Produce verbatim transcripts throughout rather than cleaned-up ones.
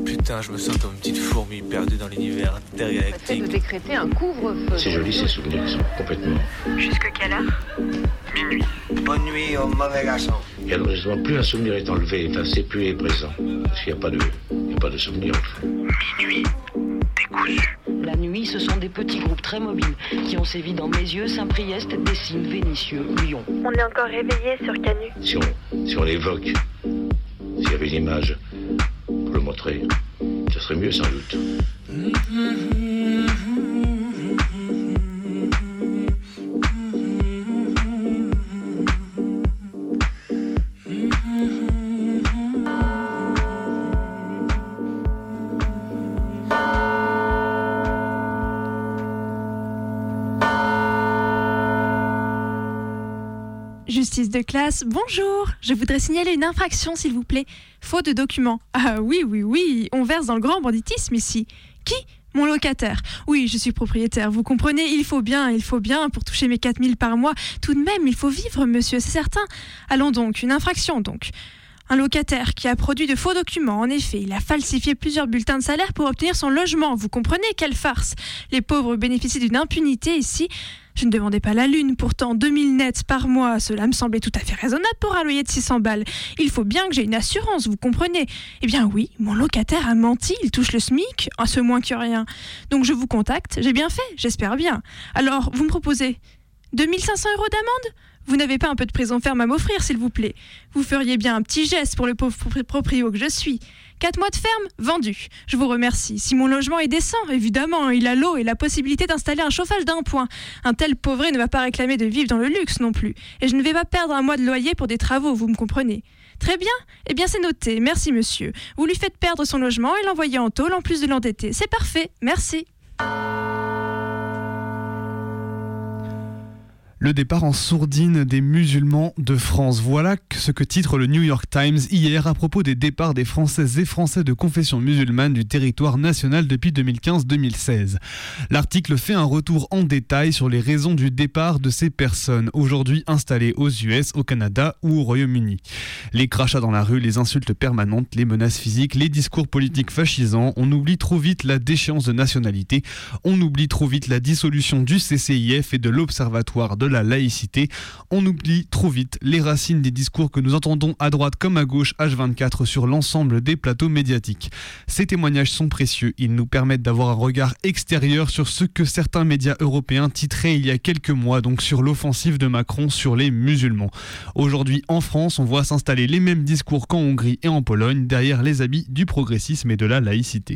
Putain, je me sens comme une petite fourmi perdue dans l'univers intergalactique. De décréter un couvre-feu. C'est joli ces souvenirs, ils sont complètement... Jusque quelle heure? Minuit. Bonne nuit au mauvais garçon. Et alors justement, plus un souvenir est enlevé, enfin c'est plus est présent. Parce qu'il n'y a pas de, il n'y a pas de souvenir au fond. Minuit. Décousu. La nuit, ce sont des petits groupes très mobiles qui ont sévi dans Mézieux, Saint-Priest, Dessines, Vénissieux, Lyon. On est encore réveillé sur Canu. Si on, si on l'évoque, s'il y avait une image pour le montrer, ce serait mieux sans doute. Justice de classe, bonjour. Je voudrais signaler une infraction, s'il vous plaît. Faute de documents. Ah oui, oui, oui, on verse dans le grand banditisme ici. Qui ? Mon locataire. Oui, je suis propriétaire, vous comprenez, il faut bien, il faut bien, pour toucher mes quatre mille par mois. Tout de même, il faut vivre, monsieur, c'est certain. Allons donc, une infraction donc. Un locataire qui a produit de faux documents, en effet, il a falsifié plusieurs bulletins de salaire pour obtenir son logement. Vous comprenez, quelle farce. Les pauvres bénéficient d'une impunité ici. Je ne demandais pas la lune, pourtant deux mille nets par mois, cela me semblait tout à fait raisonnable pour un loyer de six cents balles. Il faut bien que j'ai une assurance, vous comprenez. Eh bien oui, mon locataire a menti, il touche le SMIC, à ce moins que rien. Donc je vous contacte, j'ai bien fait, j'espère bien. Alors, vous me proposez deux mille cinq cents euros d'amende ? Vous n'avez pas un peu de prison ferme à m'offrir, s'il vous plaît. Vous feriez bien un petit geste pour le pauvre proprio que je suis. Quatre mois de ferme, vendu. Je vous remercie. Si mon logement est décent, évidemment, il a l'eau et la possibilité d'installer un chauffage d'un point. Un tel pauvret ne va pas réclamer de vivre dans le luxe non plus. Et je ne vais pas perdre un mois de loyer pour des travaux, vous me comprenez. Très bien, eh bien c'est noté, merci monsieur. Vous lui faites perdre son logement et l'envoyer en tôle en plus de l'endetter. C'est parfait, merci. Le départ en sourdine des musulmans de France. Voilà ce que titre le New York Times hier à propos des départs des Françaises et Français de confession musulmane du territoire national depuis deux mille quinze deux mille seize. L'article fait un retour en détail sur les raisons du départ de ces personnes, aujourd'hui installées aux U S, au Canada ou au Royaume-Uni. Les crachats dans la rue, les insultes permanentes, les menaces physiques, les discours politiques fascisants, on oublie trop vite la déchéance de nationalité, on oublie trop vite la dissolution du C C I F et de l'Observatoire de la laïcité, on oublie trop vite les racines des discours que nous entendons à droite comme à gauche H vingt-quatre sur l'ensemble des plateaux médiatiques. Ces témoignages sont précieux, ils nous permettent d'avoir un regard extérieur sur ce que certains médias européens titraient il y a quelques mois, donc sur l'offensive de Macron sur les musulmans. Aujourd'hui en France, on voit s'installer les mêmes discours qu'en Hongrie et en Pologne derrière les habits du progressisme et de la laïcité.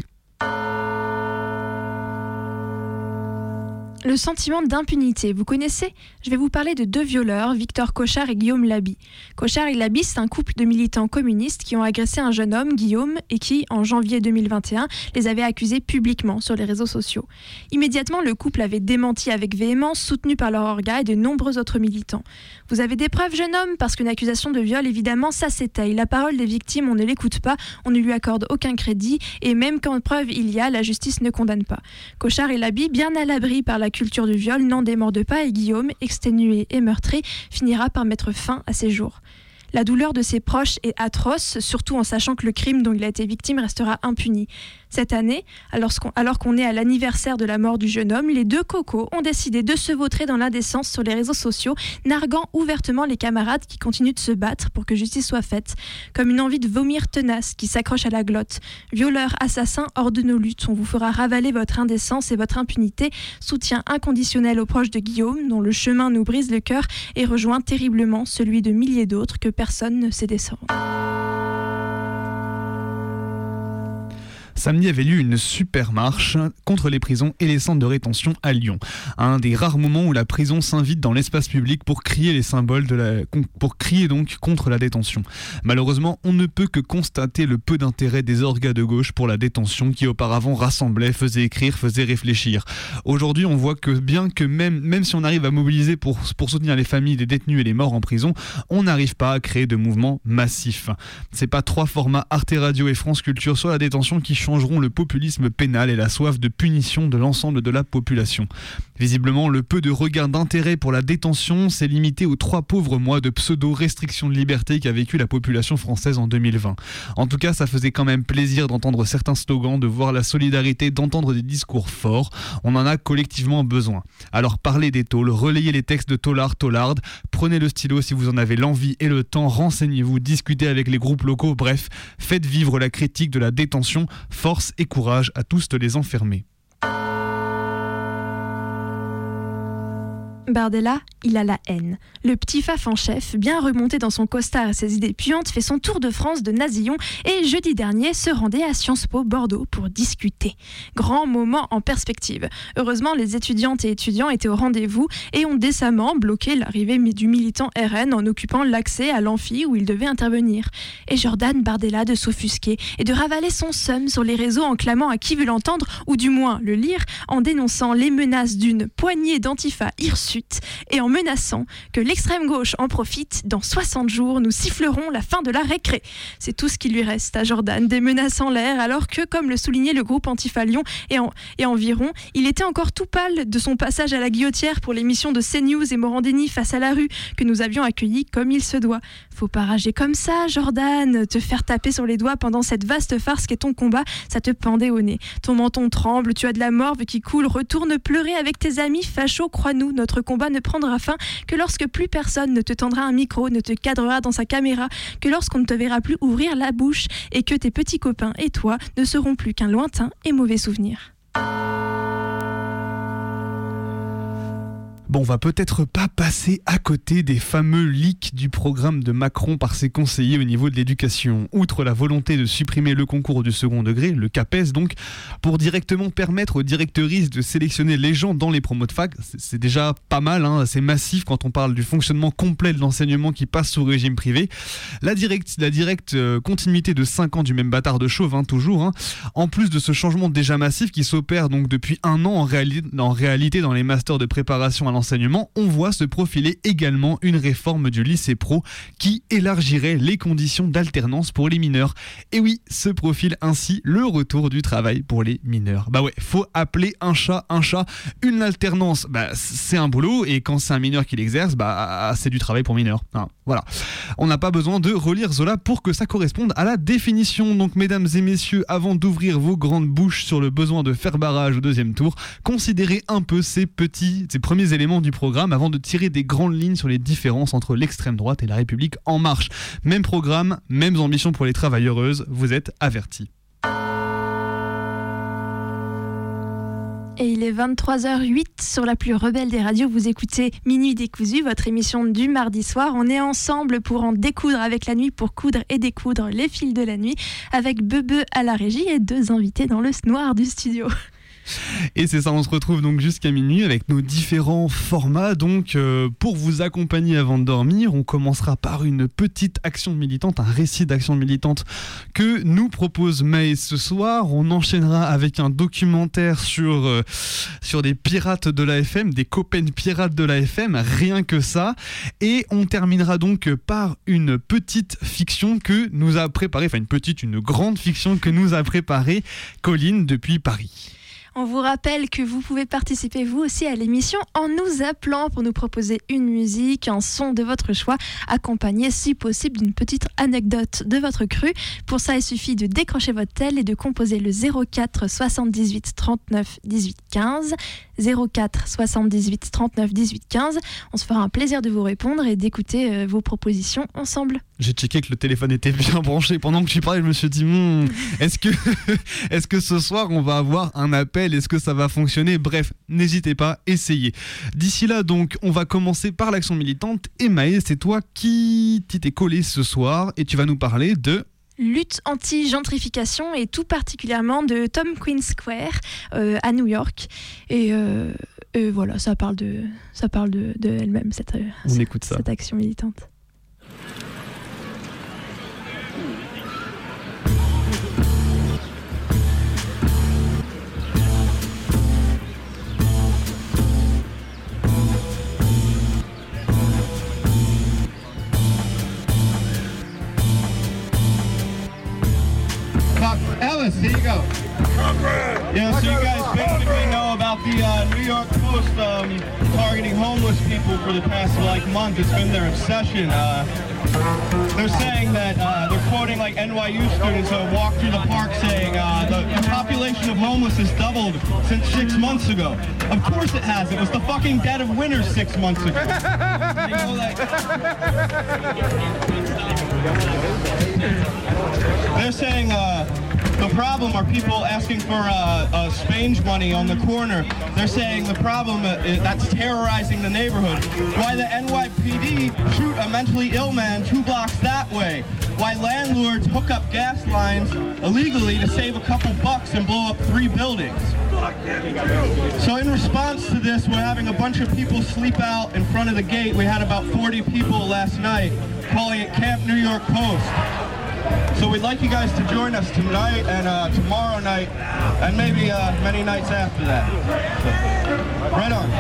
Le sentiment d'impunité, vous connaissez ? Je vais vous parler de deux violeurs, Victor Cochard et Guillaume Laby. Cochard et Laby, c'est un couple de militants communistes qui ont agressé un jeune homme, Guillaume, et qui, en janvier deux mille vingt et un, les avait accusés publiquement sur les réseaux sociaux. Immédiatement, le couple avait démenti avec véhémence, soutenu par leur orga et de nombreux autres militants. Vous avez des preuves, jeune homme ? Parce qu'une accusation de viol, évidemment, ça s'étaye. La parole des victimes, on ne l'écoute pas, on ne lui accorde aucun crédit, et même quand preuve il y a, la justice ne condamne pas. Cochard et Laby, bien à l'abri par la culture du viol, n'en démordent pas et Guillaume, exténué et meurtri, finira par mettre fin à ses jours. La douleur de ses proches est atroce, surtout en sachant que le crime dont il a été victime restera impuni. Cette année, alors qu'on, alors qu'on est à l'anniversaire de la mort du jeune homme, les deux cocos ont décidé de se vautrer dans l'indécence sur les réseaux sociaux, narguant ouvertement les camarades qui continuent de se battre pour que justice soit faite, comme une envie de vomir tenace qui s'accroche à la glotte. Violeurs, assassins, hors de nos luttes, on vous fera ravaler votre indécence et votre impunité. Soutien inconditionnel aux proches de Guillaume, dont le chemin nous brise le cœur et rejoint terriblement celui de milliers d'autres que personne ne sait descendre. Samedi avait lieu une super marche contre les prisons et les centres de rétention à Lyon. Un des rares moments où la prison s'invite dans l'espace public pour crier les symboles de la, pour crier donc contre la détention. Malheureusement, on ne peut que constater le peu d'intérêt des orgas de gauche pour la détention qui auparavant rassemblaient, faisaient écrire, faisaient réfléchir. Aujourd'hui, on voit que bien que même, même si on arrive à mobiliser pour, pour soutenir les familles des détenus et les morts en prison, on n'arrive pas à créer de mouvements massifs. C'est pas trois formats Arte Radio et France Culture sur la détention qui changent dérangeront le populisme pénal et la soif de punition de l'ensemble de la population. Visiblement, le peu de regard d'intérêt pour la détention s'est limité aux trois pauvres mois de pseudo-restriction de liberté qu'a vécu la population française en deux mille vingt. En tout cas, ça faisait quand même plaisir d'entendre certains slogans, de voir la solidarité, d'entendre des discours forts. On en a collectivement besoin. Alors parlez des tôles, relayez les textes de Tollard, Tollard, prenez le stylo si vous en avez l'envie et le temps, renseignez-vous, discutez avec les groupes locaux, bref, faites vivre la critique de la détention, force et courage à tous les enfermés. Bardella, il a la haine. Le petit faf en chef, bien remonté dans son costard et ses idées puantes, fait son tour de France de nasillon et jeudi dernier se rendait à Sciences Po Bordeaux pour discuter. Grand moment en perspective. Heureusement, les étudiantes et étudiants étaient au rendez-vous et ont décemment bloqué l'arrivée du militant R N en occupant l'accès à l'amphi où il devait intervenir. Et Jordan Bardella de s'offusquer et de ravaler son seum sur les réseaux en clamant à qui veut l'entendre, ou du moins le lire, en dénonçant les menaces d'une poignée d'antifa hirsutes et en menaçant que l'extrême gauche en profite. Dans soixante jours, nous sifflerons la fin de la récré. C'est tout ce qui lui reste à Jordan, des menaces en l'air, alors que, comme le soulignait le groupe Antifa Lyon et, en, et environ, il était encore tout pâle de son passage à la guillotière pour l'émission de CNews et Morandini Face à la rue, que nous avions accueilli comme il se doit. Faut pas rager comme ça, Jordan. Te faire taper sur les doigts pendant cette vaste farce qu'est ton combat, ça te pendait au nez. Ton menton tremble, tu as de la morve qui coule, retourne pleurer avec tes amis fachos, crois-nous, notre combat ne prendra fin que lorsque plus personne ne te tendra un micro, ne te cadrera dans sa caméra, que lorsqu'on ne te verra plus ouvrir la bouche et que tes petits copains et toi ne seront plus qu'un lointain et mauvais souvenir. Bon, on va peut-être pas passer à côté des fameux leaks du programme de Macron par ses conseillers au niveau de l'éducation. Outre la volonté de supprimer le concours du second degré, le CAPES donc, pour directement permettre aux directrices de sélectionner les gens dans les promos de fac, c'est déjà pas mal, hein, c'est massif quand on parle du fonctionnement complet de l'enseignement qui passe sous régime privé. La directe, la directe euh, continuité de cinq ans du même bâtard de chauve, hein, toujours, hein, en plus de ce changement déjà massif qui s'opère donc depuis un an en, réali- en réalité dans les masters de préparation à l'enseignement, on voit se profiler également une réforme du lycée pro qui élargirait les conditions d'alternance pour les mineurs. Et oui, se profile ainsi le retour du travail pour les mineurs. Bah ouais, faut appeler un chat un chat. Une alternance, bah c'est un boulot, et quand c'est un mineur qui l'exerce, bah c'est du travail pour mineurs. Hein, voilà. On n'a pas besoin de relire Zola pour que ça corresponde à la définition. Donc mesdames et messieurs, avant d'ouvrir vos grandes bouches sur le besoin de faire barrage au deuxième tour, considérez un peu ces petits, ces premiers éléments du programme avant de tirer des grandes lignes sur les différences entre l'extrême droite et la République en marche. Même programme, mêmes ambitions pour les travailleuses, vous êtes avertis. Et il est vingt-trois heures huit sur la plus rebelle des radios. Vous écoutez Minuit décousu, votre émission du mardi soir. On est ensemble pour en découdre avec la nuit, pour coudre et découdre les fils de la nuit, avec Bebe à la régie et deux invités dans le noir du studio. Et c'est ça, on se retrouve donc jusqu'à minuit avec nos différents formats. Donc euh, pour vous accompagner avant de dormir, on commencera par une petite action militante, un récit d'action militante que nous propose Maë ce soir. On enchaînera avec un documentaire sur, euh, sur des pirates de la F M, des copains pirates de la F M, rien que ça. Et on terminera donc par une petite fiction que nous a préparée, enfin une petite, une grande fiction que nous a préparée Colline depuis Paris. On vous rappelle que vous pouvez participer vous aussi à l'émission en nous appelant pour nous proposer une musique, un son de votre choix, accompagné si possible d'une petite anecdote de votre cru. Pour ça, il suffit de décrocher votre tel et de composer le zéro quatre soixante-dix-huit trente-neuf dix-huit quinze. zéro quatre soixante-dix-huit trente-neuf dix-huit quinze. On se fera un plaisir de vous répondre et d'écouter euh, vos propositions ensemble. J'ai checké que le téléphone était bien branché. Pendant que tu parlais, je me suis dit, hmm, est-ce que, est-ce que ce soir on va avoir un appel? Est-ce que ça va fonctionner? Bref, n'hésitez pas, essayez. D'ici là, donc, on va commencer par l'action militante. Et Maë, c'est toi qui t'es collé ce soir et tu vas nous parler de... Lutte anti-gentrification et tout particulièrement de Tom Queen Square euh, à New York. Et, euh, et voilà, ça parle de, ça parle de, de elle-même, cette, On cette, écoute ça. cette action militante. Ellis. Yes, there you go. Yeah, so you guys basically know about the uh, New York Post um, targeting homeless people for the past like month. It's been their obsession. Uh, they're saying that uh, they're quoting like N Y U students who walk through the park saying uh, the, the population of homeless has doubled since six months ago. Of course it has. It was the fucking dead of winter six months ago. You know, like, they're saying uh, the problem are people asking for uh, uh, Spange money on the corner. They're saying the problem uh, is that's terrorizing the neighborhood. Why the N Y P D shoot a mentally ill man two blocks that way? Why landlords hook up gas lines illegally to save a couple bucks and blow up three buildings? So in response to this, we're having a bunch of people sleep out in front of the gate. We had about forty people last night, calling it Camp New York Post. So we'd like you guys to join us tonight and uh, tomorrow night, and maybe uh, many nights after that. So, right on.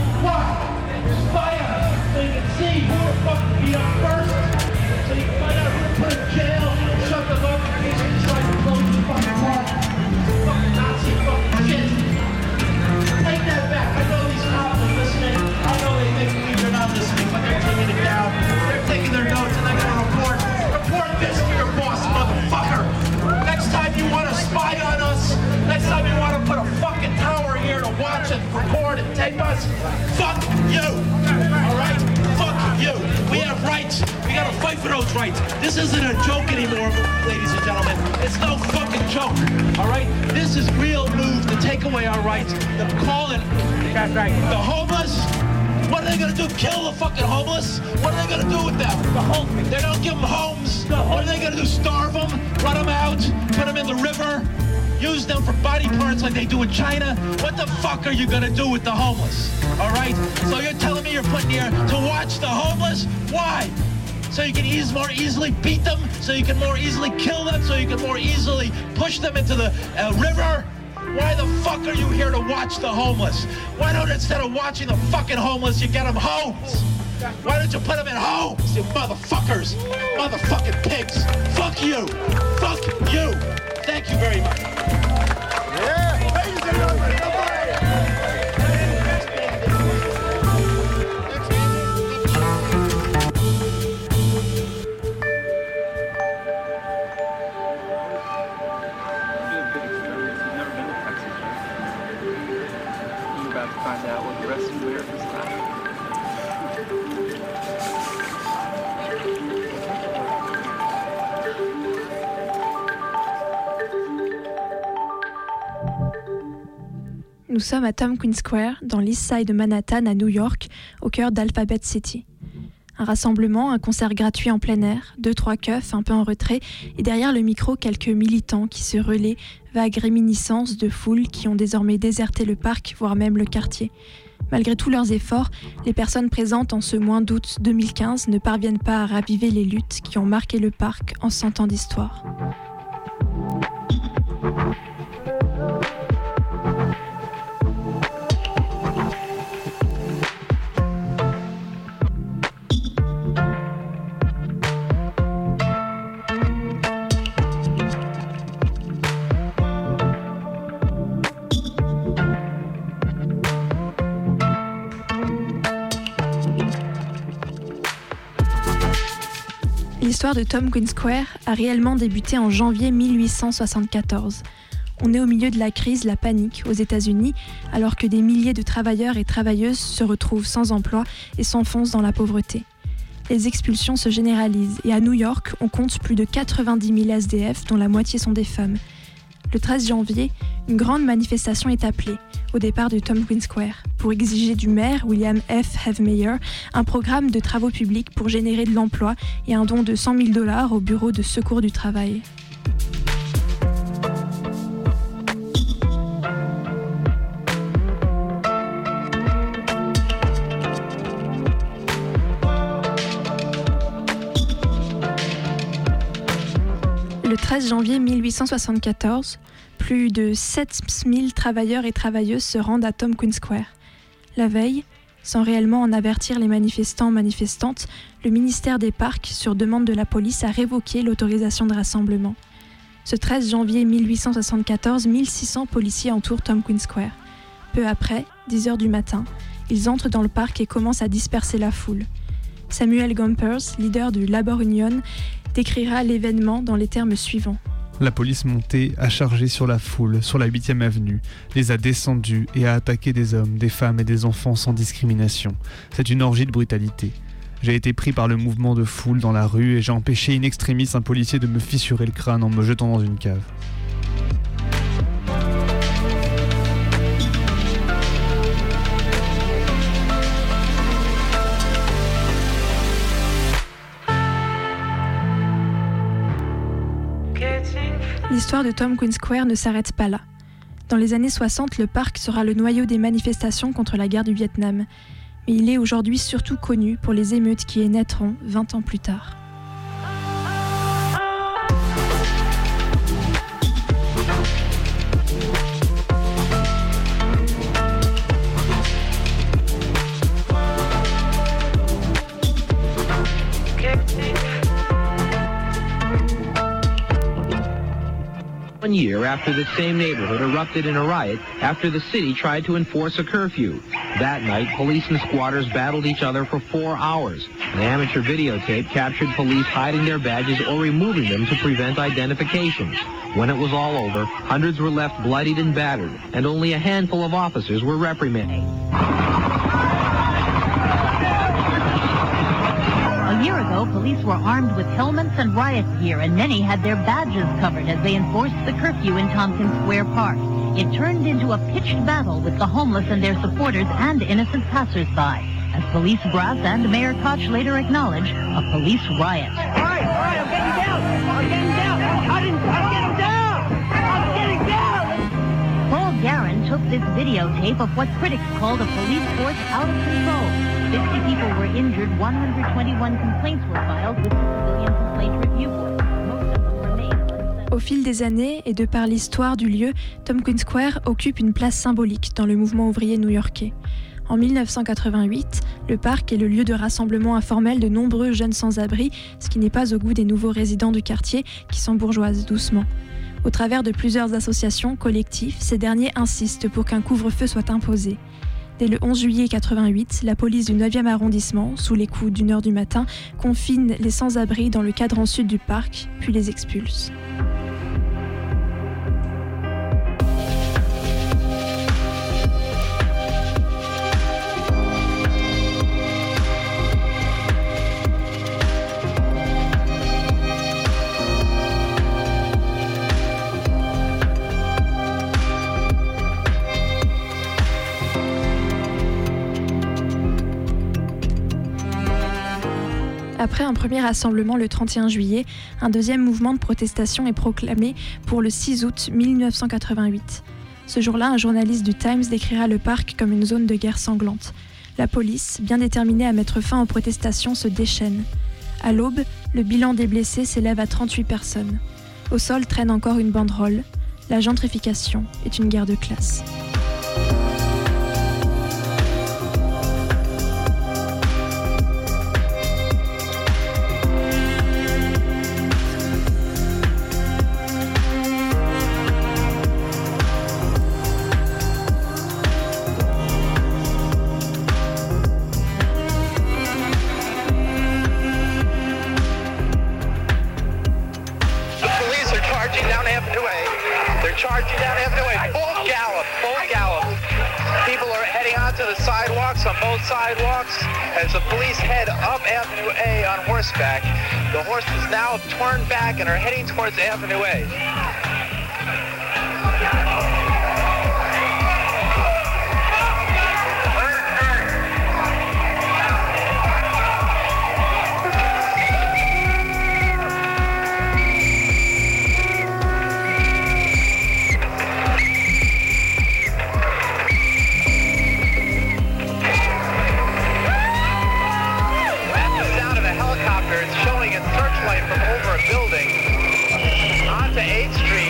Fire! So you can see who the fuck beat up first. So you can find out who to put in jail, shut them up in case you decide to close the fucking park. Fucking Nazi fucking shit. Take that back. I know these cops are listening. I know they make believe they're not listening, but they're taking it down. They're taking their notes and they're gonna report. Report this to your boss, motherfucker. Next time you want to spy on us, next time you want to put a fucking tower here to watch and record and tape us, fuck you. Alright? Fuck you. We have rights. We gotta fight for those rights. This isn't a joke anymore, ladies and gentlemen. It's no fucking joke. Alright? This is real move to take away our rights. To call it the homeless. What are they gonna do? Kill the fucking homeless? What are they gonna do with them? The homeless. They don't give them homes. What are they gonna do? Starve them? Run them out? Put them in the river? Use them for body parts like they do in China? What the fuck are you gonna do with the homeless? All right? So you're telling me you're putting here to watch the homeless? Why? So you can ease, more easily beat them? So you can more easily kill them? So you can more easily push them into the uh, river? Why the fuck are you here to watch the homeless? Why don't, instead of watching the fucking homeless, you get them homes? Why don't you put them in homes, you motherfuckers? Motherfucking pigs. Fuck you. Fuck you. Thank you very much. Find out what the rest of America's like. Nous sommes à Tompkins Square, dans l'East Side de Manhattan, à New York, au cœur d'Alphabet City. Un rassemblement, un concert gratuit en plein air, deux, trois keufs un peu en retrait, et derrière le micro, quelques militants qui se relaient, vagues réminiscences de foules qui ont désormais déserté le parc, voire même le quartier. Malgré tous leurs efforts, les personnes présentes en ce mois d'août deux mille quinze ne parviennent pas à raviver les luttes qui ont marqué le parc en cent ans d'histoire. L'histoire de Tompkins Square a réellement débuté en janvier mille huit cent soixante-quatorze. On est au milieu de la crise, la panique aux États-Unis, alors que des milliers de travailleurs et travailleuses se retrouvent sans emploi et s'enfoncent dans la pauvreté. Les expulsions se généralisent et à New York, on compte plus de quatre-vingt-dix mille S D F, dont la moitié sont des femmes. Le treize janvier, une grande manifestation est appelée, au départ de Tompkins Square, pour exiger du maire, William F. Havemeyer, un programme de travaux publics pour générer de l'emploi et un don de cent mille dollars au Bureau de secours du travail. Le treize janvier mille huit cent soixante-quatorze, plus de sept mille travailleurs et travailleuses se rendent à Tompkins Square. La veille, sans réellement en avertir les manifestants manifestantes, le ministère des Parcs, sur demande de la police, a révoqué l'autorisation de rassemblement. Ce treize janvier mille huit cent soixante-quatorze, mille six cents policiers entourent Tompkins Square. Peu après, dix heures du matin, ils entrent dans le parc et commencent à disperser la foule. Samuel Gompers, leader du Labor Union, décrira l'événement dans les termes suivants. La police montée a chargé sur la foule, sur la huitième avenue, les a descendus et a attaqué des hommes, des femmes et des enfants sans discrimination. C'est une orgie de brutalité. J'ai été pris par le mouvement de foule dans la rue et j'ai empêché in extremis un policier de me fissurer le crâne en me jetant dans une cave. L'histoire de Tompkins Square ne s'arrête pas là. Dans les années soixante, le parc sera le noyau des manifestations contre la guerre du Vietnam. Mais il est aujourd'hui surtout connu pour les émeutes qui y naîtront vingt ans plus tard. One year after the same neighborhood erupted in a riot after the city tried to enforce a curfew. That night, police and squatters battled each other for four hours. An amateur videotape captured police hiding their badges or removing them to prevent identification. When it was all over, hundreds were left bloodied and battered, and only a handful of officers were reprimanded. A year ago, police were armed with helmets and riot gear, and many had their badges covered as they enforced the curfew in Tompkins Square Park. It turned into a pitched battle with the homeless and their supporters and innocent passers-by. As police brass and Mayor Koch later acknowledged, a police riot. All right, all right, I'm getting down. I'm getting down. I didn't, I'm getting down. I'm getting down. Paul Guerin took this videotape of what critics called a police force out of control. fifty people were injured, one hundred twenty-one complaints were filed with the Civilian Complaint Review Board. Most of them remain. Au fil des années et de par l'histoire du lieu, Tompkins Square occupe une place symbolique dans le mouvement ouvrier new-yorkais. En mille neuf cent quatre-vingt-huit, le parc est le lieu de rassemblement informel de nombreux jeunes sans-abri, ce qui n'est pas au goût des nouveaux résidents du quartier qui s'embourgeoisent doucement. Au travers de plusieurs associations, collectifs, ces derniers insistent pour qu'un couvre-feu soit imposé. Dès le onze juillet quatre-vingt-huit, la police du neuvième arrondissement, sous les coups d'une heure du matin, confine les sans-abri dans le cadran sud du parc, puis les expulse. Après un premier rassemblement le trente et un juillet, un deuxième mouvement de protestation est proclamé pour le six août mille neuf cent quatre-vingt-huit. Ce jour-là, un journaliste du Times décrira le parc comme une zone de guerre sanglante. La police, bien déterminée à mettre fin aux protestations, se déchaîne. À l'aube, le bilan des blessés s'élève à trente-huit personnes. Au sol traîne encore une banderole. La gentrification est une guerre de classe. Charging down Avenue A, full gallop, full gallop. People are heading onto the sidewalks on both sidewalks as the police head up Avenue A on horseback. The horses now turned back and are heading towards Avenue A. From over a building onto eighth Street.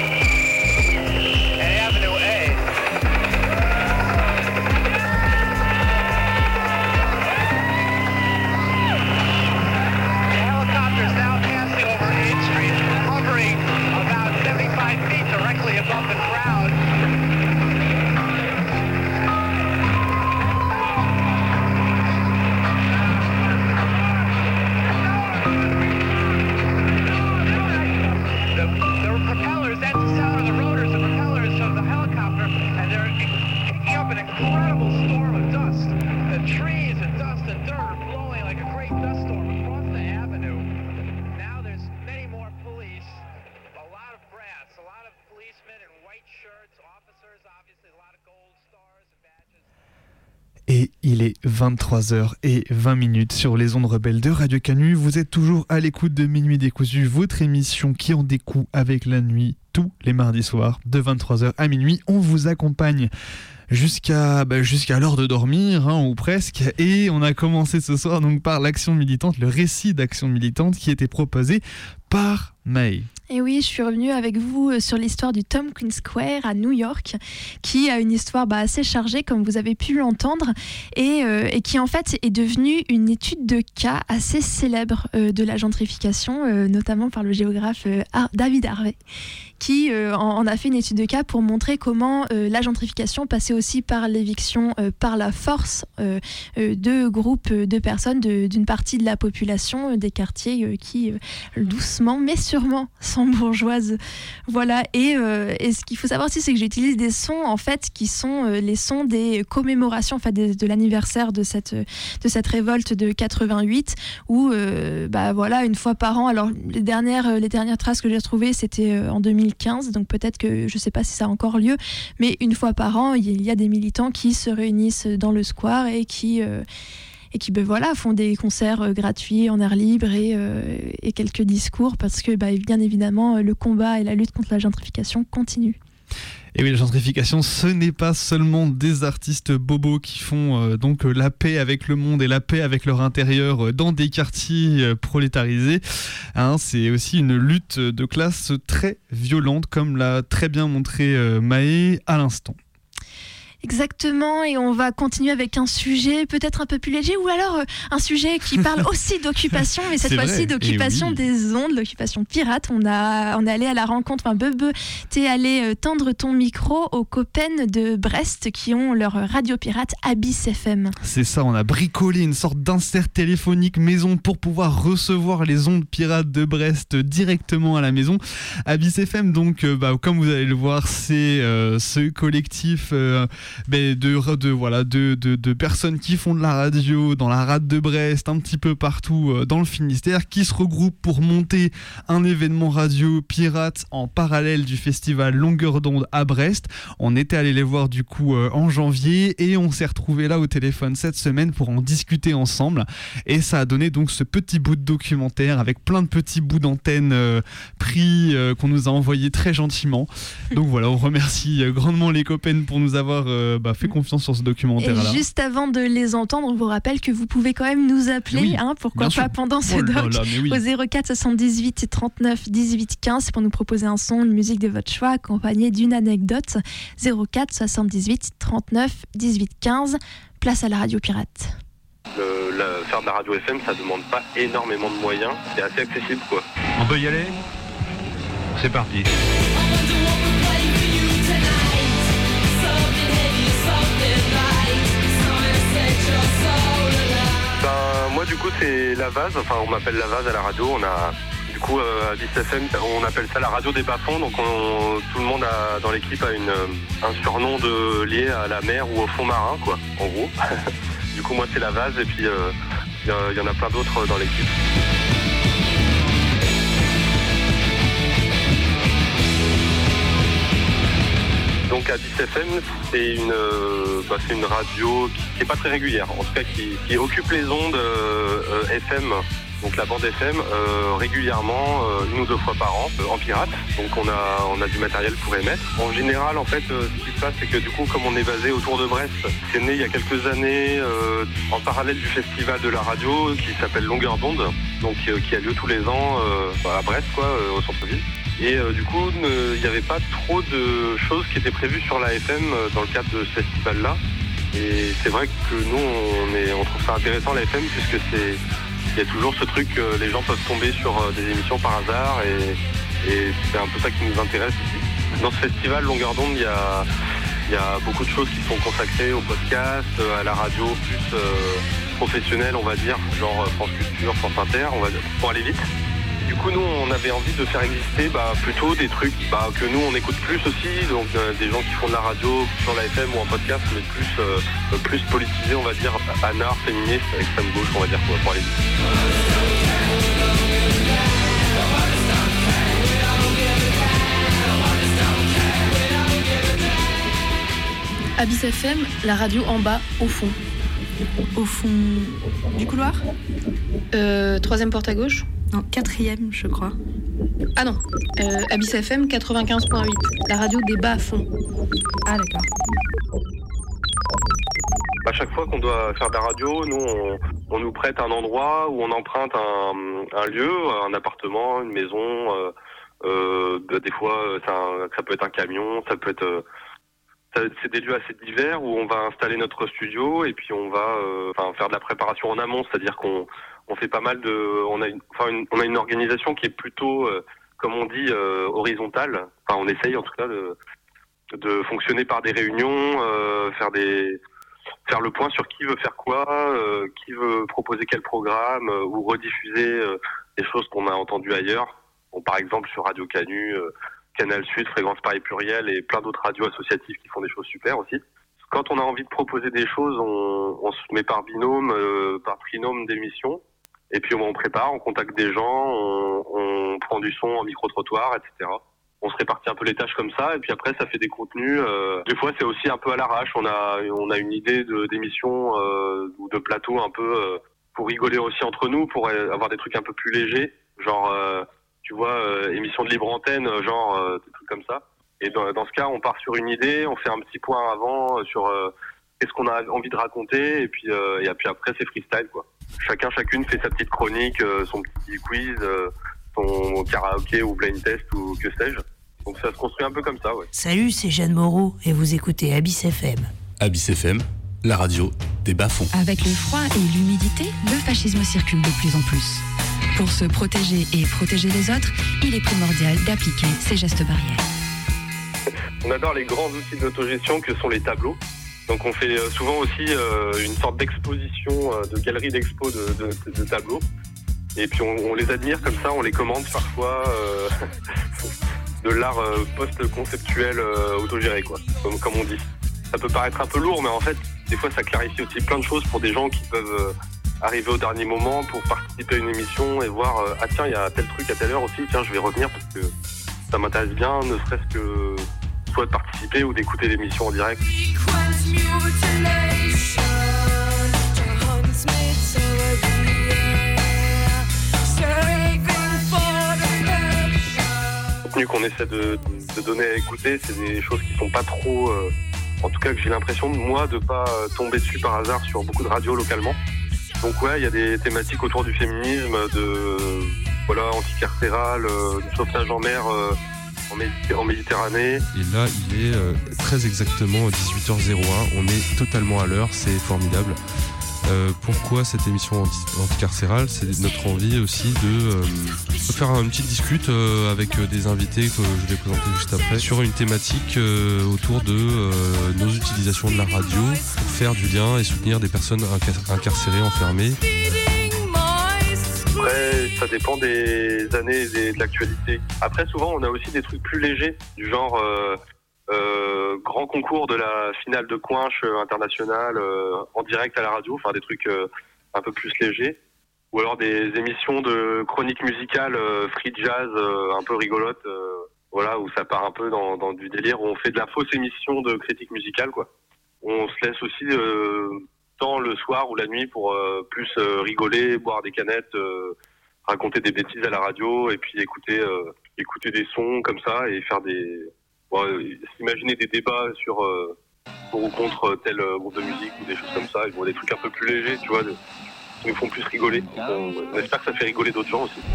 Et il est vingt-trois heures vingt sur les ondes rebelles de Radio Canu. Vous êtes toujours à l'écoute de Minuit Décousu, votre émission qui en découd avec la nuit tous les mardis soirs de vingt-trois heures à minuit. On vous accompagne jusqu'à bah, jusqu'à l'heure de dormir, hein, ou presque. Et on a commencé ce soir donc par l'action militante, le récit d'action militante qui était proposé par May. Et oui, je suis revenue avec vous sur l'histoire du Tompkins Square à New York, qui a une histoire bah, assez chargée, comme vous avez pu l'entendre, et, euh, et qui en fait est devenue une étude de cas assez célèbre euh, de la gentrification, euh, notamment par le géographe euh, David Harvey, qui euh, en, en a fait une étude de cas pour montrer comment euh, la gentrification passait aussi par l'éviction euh, par la force euh, euh, de groupes de personnes, de, d'une partie de la population euh, des quartiers euh, qui, euh, doucement mais sûrement, sont bourgeoises. Voilà, et, euh, et ce qu'il faut savoir aussi, c'est que j'utilise des sons en fait qui sont euh, les sons des commémorations, enfin des, de l'anniversaire de cette, de cette révolte de quatre-vingt-huit, où euh, bah, voilà, une fois par an, alors les dernières, les dernières traces que j'ai retrouvées, c'était euh, en deux mille quinze, donc peut-être que je ne sais pas si ça a encore lieu, mais une fois par an, il y a des militants qui se réunissent dans le square et qui, euh, et qui ben voilà, font des concerts euh, gratuits en air libre et, euh, et quelques discours, parce que bah, bien évidemment, le combat et la lutte contre la gentrification continuent. Et oui, la gentrification, ce n'est pas seulement des artistes bobos qui font euh, donc la paix avec le monde et la paix avec leur intérieur euh, dans des quartiers euh, prolétarisés. Hein, c'est aussi une lutte de classe très violente, comme l'a très bien montré euh, Maë à l'instant. Exactement, et on va continuer avec un sujet peut-être un peu plus léger, ou alors euh, un sujet qui parle aussi d'occupation, mais cette fois-ci d'occupation oui. des ondes, l'occupation pirate. On, a, on est allé à la rencontre, enfin Bebe, t'es allé euh, tendre ton micro aux copains de Brest qui ont leur radio pirate Abyss F M. C'est ça, on a bricolé une sorte d'insert téléphonique maison pour pouvoir recevoir les ondes pirates de Brest directement à la maison. Abyss F M, donc, euh, bah, comme vous allez le voir, c'est euh, ce collectif... Euh, De, de, voilà, de, de, de personnes qui font de la radio dans la rade de Brest, un petit peu partout euh, dans le Finistère, qui se regroupent pour monter un événement radio pirate en parallèle du festival Longueur d'onde à Brest. On était allé les voir du coup euh, en janvier et on s'est retrouvés là au téléphone cette semaine pour en discuter ensemble, et ça a donné donc ce petit bout de documentaire avec plein de petits bouts d'antenne euh, pris euh, qu'on nous a envoyés très gentiment. Donc voilà, on remercie euh, grandement les copains pour nous avoir euh, Bah, fait confiance sur ce documentaire-là. Et juste avant de les entendre, on vous rappelle que vous pouvez quand même nous appeler, oui, hein, pourquoi pas sûr. Pendant ce oh doc, là, oui. au zéro quatre soixante-dix-huit trente-neuf dix-huit quinze pour nous proposer un son, une musique de votre choix accompagnée d'une anecdote. zéro quatre soixante-dix-huit trente-neuf dix-huit quinze, place à la radio pirate. Le, la, faire de la radio F M, ça demande pas énormément de moyens, c'est assez accessible quoi. On peut y aller ? C'est parti. Ben, moi du coup c'est la Vase, enfin on m'appelle la Vase à la radio, on a du coup euh, à Abyss F M on appelle ça la radio des bas-fonds, donc on, tout le monde a, dans l'équipe a une, un surnom de, lié à la mer ou au fond marin quoi, en gros. Du coup moi c'est la Vase et puis il euh, y, y en a plein d'autres dans l'équipe. Donc Abyss F M, c'est une, euh, bah, c'est une radio qui n'est pas très régulière, en tout cas qui, qui occupe les ondes euh, euh, F M, donc la bande F M, euh, régulièrement, euh, une ou deux fois par an, euh, en pirate. Donc on a, on a du matériel pour émettre. En général, en fait, euh, ce qui se passe, c'est que du coup, comme on est basé autour de Brest, c'est né il y a quelques années, euh, en parallèle du festival de la radio, qui s'appelle Longueur d'onde, donc euh, qui a lieu tous les ans euh, bah, à Brest, quoi, euh, au centre-ville. Et euh, du coup, il n'y avait pas trop de choses qui étaient prévues sur la F M euh, dans le cadre de ce festival-là. Et c'est vrai que nous, on, est, on trouve ça intéressant la F M, puisque c'est, il y a toujours ce truc que les gens peuvent tomber sur euh, des émissions par hasard, et, et c'est un peu ça qui nous intéresse ici. Dans ce festival Longueur d'onde, il y a, il y a beaucoup de choses qui sont consacrées au podcast, à la radio plus euh, professionnelle, on va dire, genre France Culture, France Inter, on va dire, pour aller vite. Du coup, nous, on avait envie de faire exister bah, plutôt des trucs bah, que nous, on écoute plus aussi, donc euh, des gens qui font de la radio sur la F M ou en podcast, mais plus, euh, plus politisés, on va dire, anard, féministe, extrême gauche, on va dire, pour aller vite. Abyss F M, la radio en bas, au fond. Au fond du couloir ? Euh, troisième porte à gauche ? Non, quatrième, je crois. Ah non, euh, Abyss F M quatre-vingt-quinze virgule huit, la radio des bas à fond. Ah d'accord. À chaque fois qu'on doit faire de la radio, nous, on, on nous prête un endroit où on emprunte un, un lieu, un appartement, une maison. Euh, euh, des fois, ça, ça peut être un camion, ça peut être... Euh, ça, c'est des lieux assez divers où on va installer notre studio et puis on va euh, enfin, faire de la préparation en amont, c'est-à-dire qu'on on fait pas mal de... On a une, enfin, une, on a une organisation qui est plutôt, euh, comme on dit, euh, horizontale. Enfin, on essaye en tout cas de, de fonctionner par des réunions, euh, faire des... faire le point sur qui veut faire quoi, euh, qui veut proposer quel programme, euh, ou rediffuser euh, des choses qu'on a entendues ailleurs. Bon, par exemple sur Radio Canu, euh, Canal Sud, Fréquence Paris Pluriel et plein d'autres radios associatives qui font des choses super aussi. Quand on a envie de proposer des choses, on, on se met par binôme, euh, par trinôme d'émissions, et puis on prépare, on contacte des gens, on, on prend du son en micro-trottoir, et cetera. On se répartit un peu les tâches comme ça, et puis après ça fait des contenus. Euh, des fois c'est aussi un peu à l'arrache. On a on a une idée de d'émission euh, ou de plateau un peu euh, pour rigoler aussi entre nous, pour avoir des trucs un peu plus légers, genre euh, tu vois euh, émission de libre antenne, genre euh, des trucs comme ça. Et dans, dans ce cas, on part sur une idée, on fait un petit point avant sur euh, qu'est-ce qu'on a envie de raconter, et puis euh, et puis après c'est freestyle quoi. Chacun chacune fait sa petite chronique, euh, son petit quiz. Euh, son karaoké ou blind test ou que sais-je. Donc ça se construit un peu comme ça, ouais. Salut, c'est Jeanne Moreau et vous écoutez Abyss F M. Abyss F M, la radio des bas-fonds. Avec le froid et l'humidité, le fascisme circule de plus en plus. Pour se protéger et protéger les autres, il est primordial d'appliquer ces gestes barrières. On adore les grands outils d'autogestion que sont les tableaux. Donc on fait souvent aussi euh, une sorte d'exposition, euh, de galerie d'expo de, de, de, de tableaux. Et puis on, on les admire comme ça, on les commande parfois euh, de l'art euh, post-conceptuel euh, autogéré, quoi, comme, comme on dit. Ça peut paraître un peu lourd, mais en fait, des fois ça clarifie aussi plein de choses pour des gens qui peuvent euh, arriver au dernier moment pour participer à une émission et voir euh, ah tiens, il y a tel truc à telle heure aussi, tiens, je vais revenir parce que ça m'intéresse bien, ne serait-ce que soit de participer ou d'écouter l'émission en direct. Qu'on essaie de, de donner à écouter, c'est des choses qui sont pas trop, euh, en tout cas que j'ai l'impression de moi de pas tomber dessus par hasard sur beaucoup de radios localement. Donc ouais, il y a des thématiques autour du féminisme, de voilà anticarcéral, euh, du sauvetage en mer euh, en, Méditer- en Méditerranée. Et là, il est euh, très exactement dix-huit heures zéro un. On est totalement à l'heure, c'est formidable. Euh, pourquoi cette émission anti- anticarcérale ? C'est notre envie aussi de euh, faire une petite discute euh, avec des invités que je vais présenter juste après sur une thématique euh, autour de euh, nos utilisations de la radio, faire du lien et soutenir des personnes inca- incarcérées, enfermées. Après, ça dépend des années et des, de l'actualité. Après, souvent, on a aussi des trucs plus légers, du genre... Euh, Euh, grand concours de la finale de Coinche euh, internationale euh, en direct à la radio, enfin des trucs euh, un peu plus légers, ou alors des émissions de chroniques musicales euh, free jazz euh, un peu rigolotes, euh, voilà, où ça part un peu dans, dans du délire, où on fait de la fausse émission de critique musicale, quoi. On se laisse aussi euh, temps le soir ou la nuit pour euh, plus euh, rigoler, boire des canettes, euh, raconter des bêtises à la radio et puis écouter euh, écouter des sons comme ça et faire des Bon, euh, s'imaginer des débats sur euh, pour ou contre tel euh, groupe de musique ou des choses comme ça, bon, des trucs un peu plus légers, tu vois, de, qui nous font plus rigoler. On, on espère que ça fait rigoler d'autres gens aussi.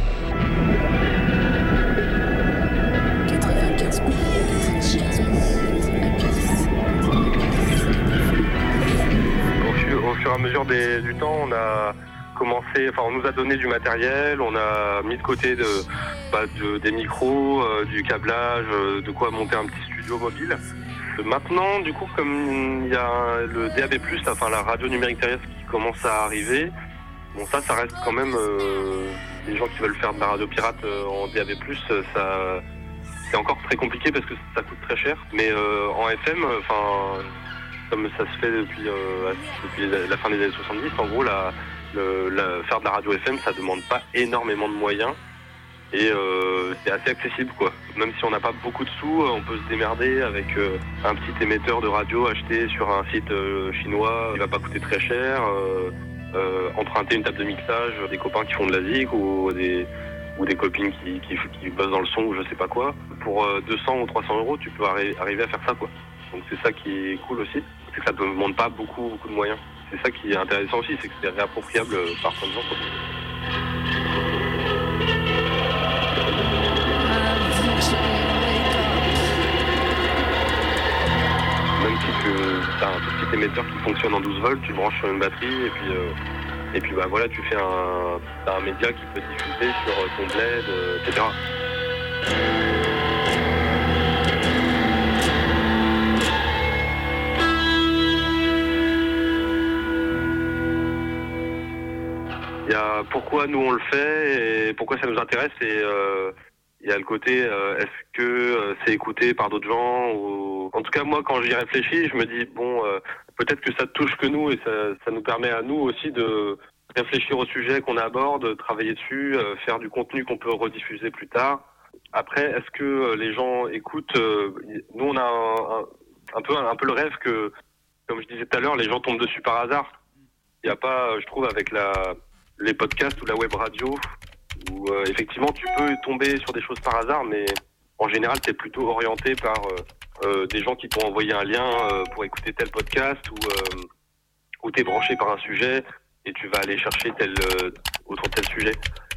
Au fur, au fur et à mesure des, du temps, on a commencé, enfin, on nous a donné du matériel, on a mis de côté de, bah, de, des micros, euh, du câblage, euh, de quoi monter un petit studio mobile. Maintenant, du coup, comme il y a le D A B plus, enfin la radio numérique terrestre qui commence à arriver, bon ça, ça reste quand même euh, les gens qui veulent faire de la radio pirate euh, en D A B plus, ça c'est encore très compliqué parce que ça coûte très cher. Mais euh, en F M, enfin comme ça se fait depuis, euh, depuis la fin des années soixante-dix, en gros, la, le, la, faire de la radio F M, ça demande pas énormément de moyens. Et euh, c'est assez accessible, quoi. Même si on n'a pas beaucoup de sous, on peut se démerder avec euh, un petit émetteur de radio acheté sur un site euh, chinois. Il va pas coûter très cher. Euh, euh, emprunter une table de mixage, des copains qui font de la zik ou des, ou des copines qui, qui, qui bossent dans le son ou je sais pas quoi. Pour euh, deux cents ou trois cents euros, tu peux arri- arriver à faire ça, quoi. Donc c'est ça qui est cool aussi. C'est que ça ne te demande pas beaucoup, beaucoup de moyens. C'est ça qui est intéressant aussi, c'est que c'est réappropriable par plein de gens, quoi. Même si tu as un tout petit émetteur qui fonctionne en douze volts, tu branches sur une batterie et puis euh, et puis bah voilà, tu fais un t'as un média qui peut diffuser sur ton bled, euh, et cetera. Il y a pourquoi nous on le fait et pourquoi ça nous intéresse et euh, il y a le côté euh, est-ce que euh, c'est écouté par d'autres gens ou... En tout cas moi quand j'y réfléchis je me dis bon euh, peut-être que ça touche que nous et ça, ça nous permet à nous aussi de réfléchir au sujet qu'on aborde, travailler dessus, euh, faire du contenu qu'on peut rediffuser plus tard. Après est-ce que euh, les gens écoutent euh, nous on a un, un, un peu un peu le rêve que comme je disais tout à l'heure les gens tombent dessus par hasard. Il n'y a pas je trouve avec la les podcasts ou la web radio où euh, effectivement tu peux tomber sur des choses par hasard mais en général tu es plutôt orienté par euh, euh, des gens qui t'ont envoyé un lien euh, pour écouter tel podcast ou euh, où tu es branché par un sujet et tu vas aller chercher tel euh, autre tel sujet.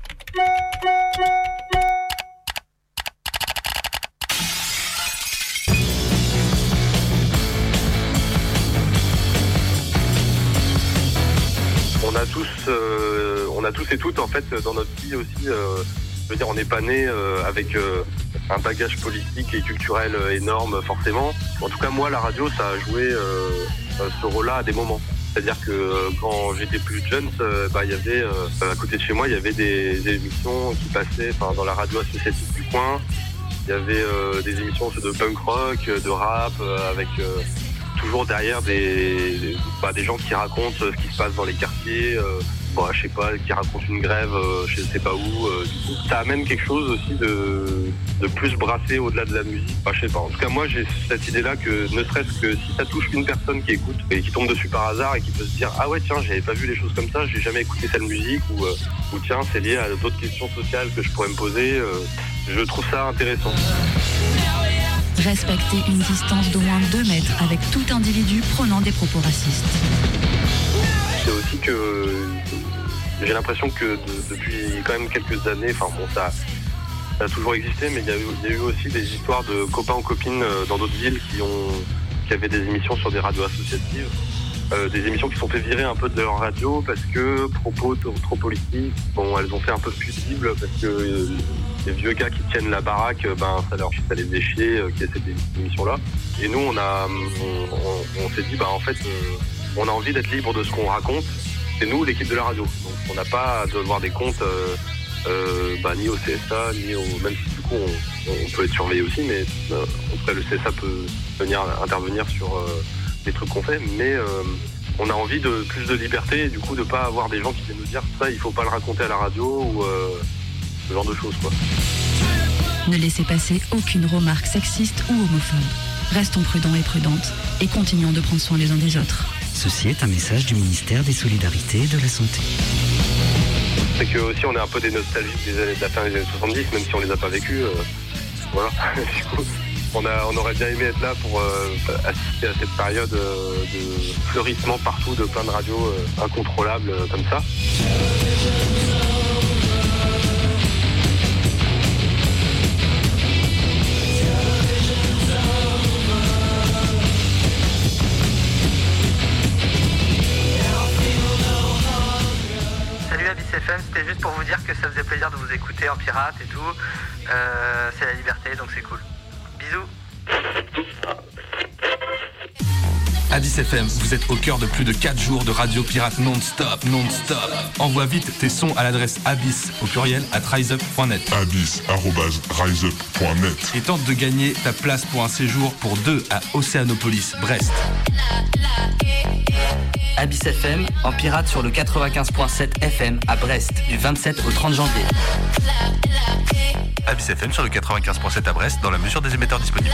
On a tous, euh, on a tous et toutes en fait dans notre vie aussi. Euh, je veux dire, on n'est pas né euh, avec euh, un bagage politique et culturel euh, énorme forcément. En tout cas, moi, la radio, ça a joué euh, ce rôle-là à des moments. C'est-à-dire que euh, quand j'étais plus jeune, euh, bah, il y avait euh, à côté de chez moi, il y avait des, des émissions qui passaient, enfin, dans la radio associative du coin. Il y avait euh, des émissions de punk rock, de rap, euh, avec euh, toujours derrière des, des, bah, des gens qui racontent ce qui se passe dans les quartiers, euh, bah, je sais pas, qui racontent une grève, euh, je sais pas où. Euh, du coup, ça amène quelque chose aussi de, de plus brassé au-delà de la musique. Bah, je sais pas. En tout cas, moi, j'ai cette idée-là que ne serait-ce que si ça touche une personne qui écoute et qui tombe dessus par hasard et qui peut se dire ah ouais tiens, j'avais pas vu les choses comme ça, j'ai jamais écouté telle musique ou, euh, ou tiens, c'est lié à d'autres questions sociales que je pourrais me poser. Euh, je trouve ça intéressant. Respecter une distance d'au moins deux mètres avec tout individu prônant des propos racistes. C'est aussi que j'ai l'impression que de, depuis quand même quelques années, enfin bon ça, ça a toujours existé, mais il y a eu, il y a eu aussi des histoires de copains ou copines dans d'autres villes qui ont qui avaient des émissions sur des radios associatives, euh, des émissions qui sont fait virer un peu de leur radio parce que propos trop, trop politiques, bon elles ont fait un peu fusible parce que euh, les vieux gars qui tiennent la baraque, ben ça leur ça les faisait chier euh, qu'il y ait cette émission-là. Et nous on a on, on, on s'est dit bah en fait euh, on a envie d'être libre de ce qu'on raconte. C'est nous l'équipe de la radio. Donc on n'a pas à devoir des comptes euh, euh, bah, ni au C S A, ni au. Même si du coup on, on peut être surveillé aussi, mais euh, en tout cas le C S A peut venir intervenir sur euh, les trucs qu'on fait, mais euh, on a envie de plus de liberté et du coup de pas avoir des gens qui viennent nous dire ça il faut pas le raconter à la radio ou euh, ce genre de choses quoi. Ne laissez passer aucune remarque sexiste ou homophobe. Restons prudents et prudentes et continuons de prendre soin les uns des autres. Ceci est un message du ministère des Solidarités et de la Santé. C'est que aussi on est un peu des nostalgiques des années de la fin des années soixante-dix, même si on les a pas vécues. Euh, voilà. Du coup, on, a, on aurait bien aimé être là pour euh, assister à cette période euh, de fleurissement partout de plein de radios euh, incontrôlables euh, comme ça. F M, c'était juste pour vous dire que ça faisait plaisir de vous écouter en pirate et tout. Euh, c'est la liberté, donc c'est cool. Bisous. Abyss F M, vous êtes au cœur de plus de quatre jours de radio pirate non-stop, non-stop. Envoie vite tes sons à l'adresse abyss au pluriel at riseup point net. abyss arobase riseup point net. Et tente de gagner ta place pour un séjour pour deux à Océanopolis, Brest. Abyss F M en pirate sur le quatre-vingt-quinze point sept F M à Brest du vingt-sept au trente janvier. Abyss F M sur le quatre-vingt-quinze point sept à Brest dans la mesure des émetteurs disponibles.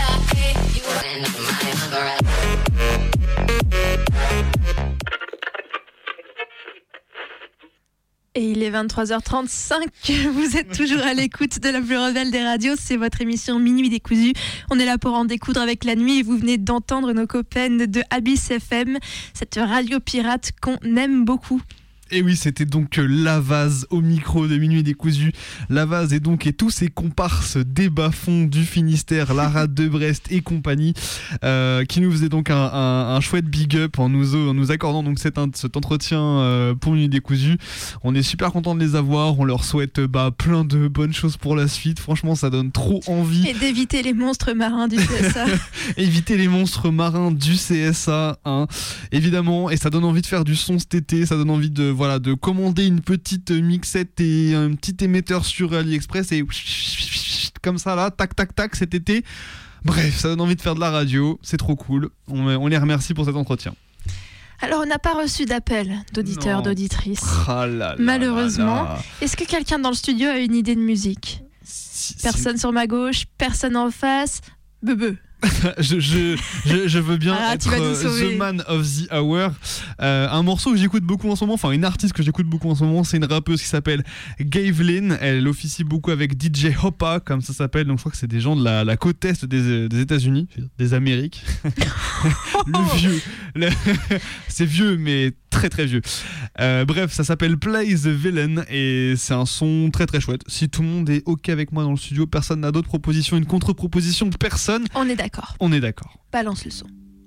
Et il est vingt-trois heures trente-cinq, vous êtes toujours à l'écoute de la plus rebelle des radios, c'est votre émission Minuit décousu. On est là pour en découdre avec la nuit et vous venez d'entendre nos copains de Abyss F M, cette radio pirate qu'on aime beaucoup. Et oui, c'était donc Lavaz au micro de Minuit décousu. Lavaz et donc et tous ses comparses des bas-fonds du Finistère, la rade de Brest et compagnie, euh, qui nous faisaient donc un, un, un chouette big up en nous, en nous accordant donc cet, cet entretien euh, pour Minuit décousu. On est super content de les avoir. On leur souhaite bah, plein de bonnes choses pour la suite. Franchement, ça donne trop envie. Et d'éviter les monstres marins du C S A. Éviter les monstres marins du C S A, hein, évidemment. Et ça donne envie de faire du son cet été. Ça donne envie de voilà, de commander une petite mixette et un petit émetteur sur AliExpress et comme ça là, tac tac tac cet été. Bref, ça donne envie de faire de la radio, c'est trop cool. On, on les remercie pour cet entretien. Alors on n'a pas reçu d'appel d'auditeurs, non. d'auditrices. Ah là là malheureusement. là là. Est-ce que quelqu'un dans le studio a une idée de musique ? si, Personne si... sur ma gauche, personne en face. Bebe. je, je, je, je veux bien ah, être The Man of the Hour. Euh, un morceau que j'écoute beaucoup en ce moment, enfin une artiste que j'écoute beaucoup en ce moment, c'est une rappeuse qui s'appelle Gavelyn. Elle officie beaucoup avec D J Hoppa, comme ça s'appelle. Donc je crois que c'est des gens de la, la côte est des, des États-Unis, des Amériques. Le vieux. Le... c'est vieux, mais très très vieux. Euh, bref, ça s'appelle Play the Villain et c'est un son très très chouette. Si tout le monde est OK avec moi dans le studio, personne n'a d'autres propositions, une contre-proposition, personne. On est d'accord. On est d'accord. Balance le son.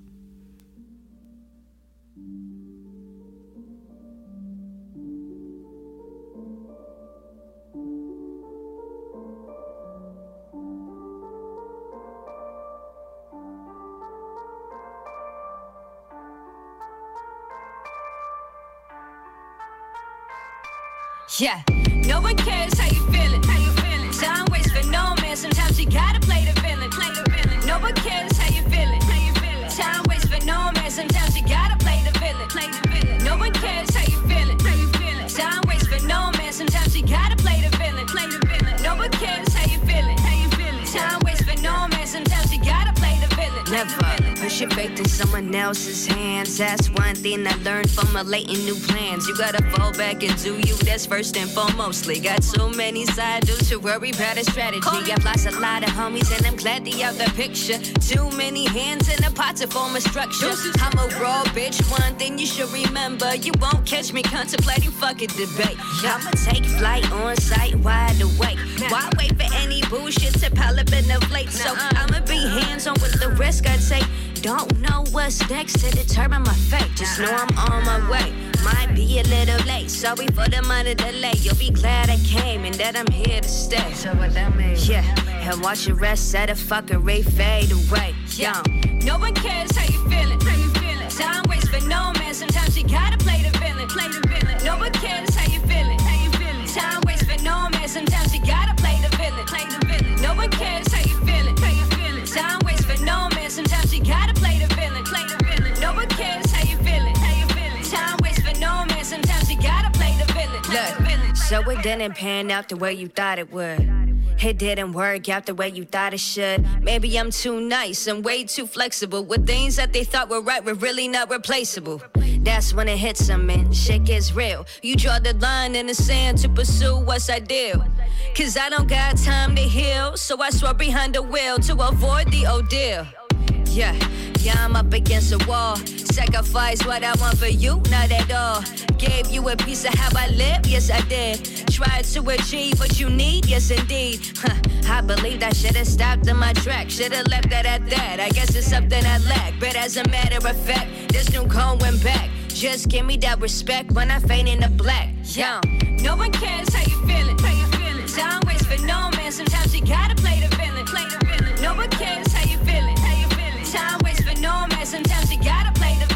Yeah, no one cares how you feeling. How you feeling? Time waits for no man. Sometimes you gotta play the villain. Play the villain. No one cares how you feeling. How you feeling? Time waits for no man. Sometimes you gotta play the villain. Play the villain. No one cares how you feeling. How you feeling? Time waits for no man. Sometimes you gotta play the villain. Play the villain. No one cares how you feeling. How you feeling? Time waits for no man. Sometimes you gotta play the villain. Never push your fate in someone else's hands. That's one thing I learned from relating new plans. You gotta fall back and do you. That's first and foremostly. Got so many side dudes to worry about a strategy. I've lost a lot of homies and I'm glad they out the picture. Too many hands in a pot to form a structure. I'm a raw bitch. One thing you should remember: you won't catch me contemplating fucking debate. I'ma take flight on sight, wide awake. Why wait for any bullshit to pile up in the plate? So I'ma be hands on with the risk I take. Don't know what's next to determine my fate. Just know I'm on my way. Might be a little late. Sorry for the minor delay. You'll be glad I came and that I'm here to stay. So what that means? Yeah, and watch the rest of the fuckery fade away. Yeah, no one cares how you feeling. How you feeling? Time waits for no man. Sometimes you gotta play the villain. Play the villain. No one cares how you feeling. How you feeling? Time waits for no man. Sometimes you gotta play the villain. Play the villain. No one cares how you feeling. How you feeling? Time waits for no man. Sometimes you gotta play the villain. Play the villain. No one cares how you feeling. How you feeling? Time waits for no man. Sometimes you gotta play the villain. Look, so it didn't pan out the way you thought it would. It didn't work out the way you thought it should. Maybe I'm too nice and way too flexible. With things that they thought were right were really not replaceable. That's when it hits them and shit gets real. You draw the line in the sand to pursue what's ideal. Cause I don't got time to heal, so I swear behind the wheel to avoid the ordeal. Yeah, yeah, I'm up against a wall. Sacrifice what I want for you, not at all. Gave you a piece of how I live, yes I did. Tried to achieve what you need, yes indeed. Huh, I believed I should've stopped in my track. Should've left that at that. I guess it's something I lack. But as a matter of fact, there's no going back. Just give me that respect when I fade in the black. Yeah, no one cares how you feeling. How you feeling? Time waits for no man. Sometimes you gotta play the villain. Play the villain. No one cares how you feeling. How you feeling? Time waits for no man. Sometimes you gotta play the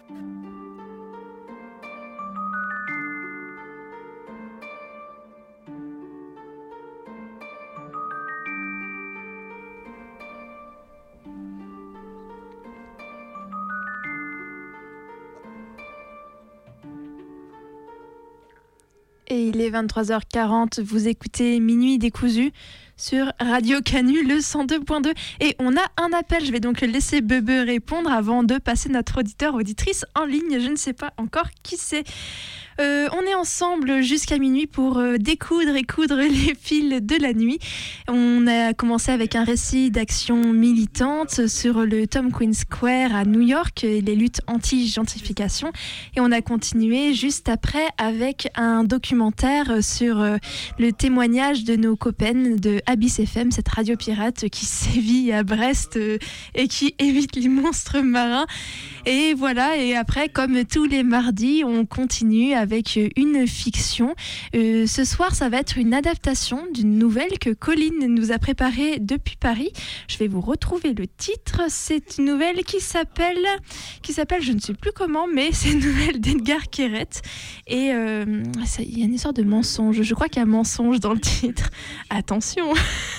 Et il est vingt-trois heures quarante, vous écoutez Minuit décousu sur Radio Canu, le cent deux point deux. Et on a un appel, je vais donc laisser Bebe répondre avant de passer notre auditeur, auditrice en ligne. Je ne sais pas encore qui c'est. Euh, on est ensemble jusqu'à minuit pour euh, découdre et coudre les fils de la nuit. On a commencé avec un récit d'action militante sur le Tom Queen Square à New York et les luttes anti-gentrification. Et on a continué juste après avec un documentaire sur euh, le témoignage de nos copains de Abyss F M, cette radio pirate qui sévit à Brest euh, et qui évite les monstres marins. Et voilà, et après, comme tous les mardis, on continue avec une fiction. Euh, ce soir, ça va être une adaptation d'une nouvelle que Colline nous a préparée depuis Paris. Je vais vous retrouver le titre. C'est une nouvelle qui s'appelle, qui s'appelle, je ne sais plus comment, mais c'est une nouvelle d'Edgar Keret. Et euh, ça, il y a une histoire de mensonge. Je crois qu'il y a mensonge dans le titre. Attention.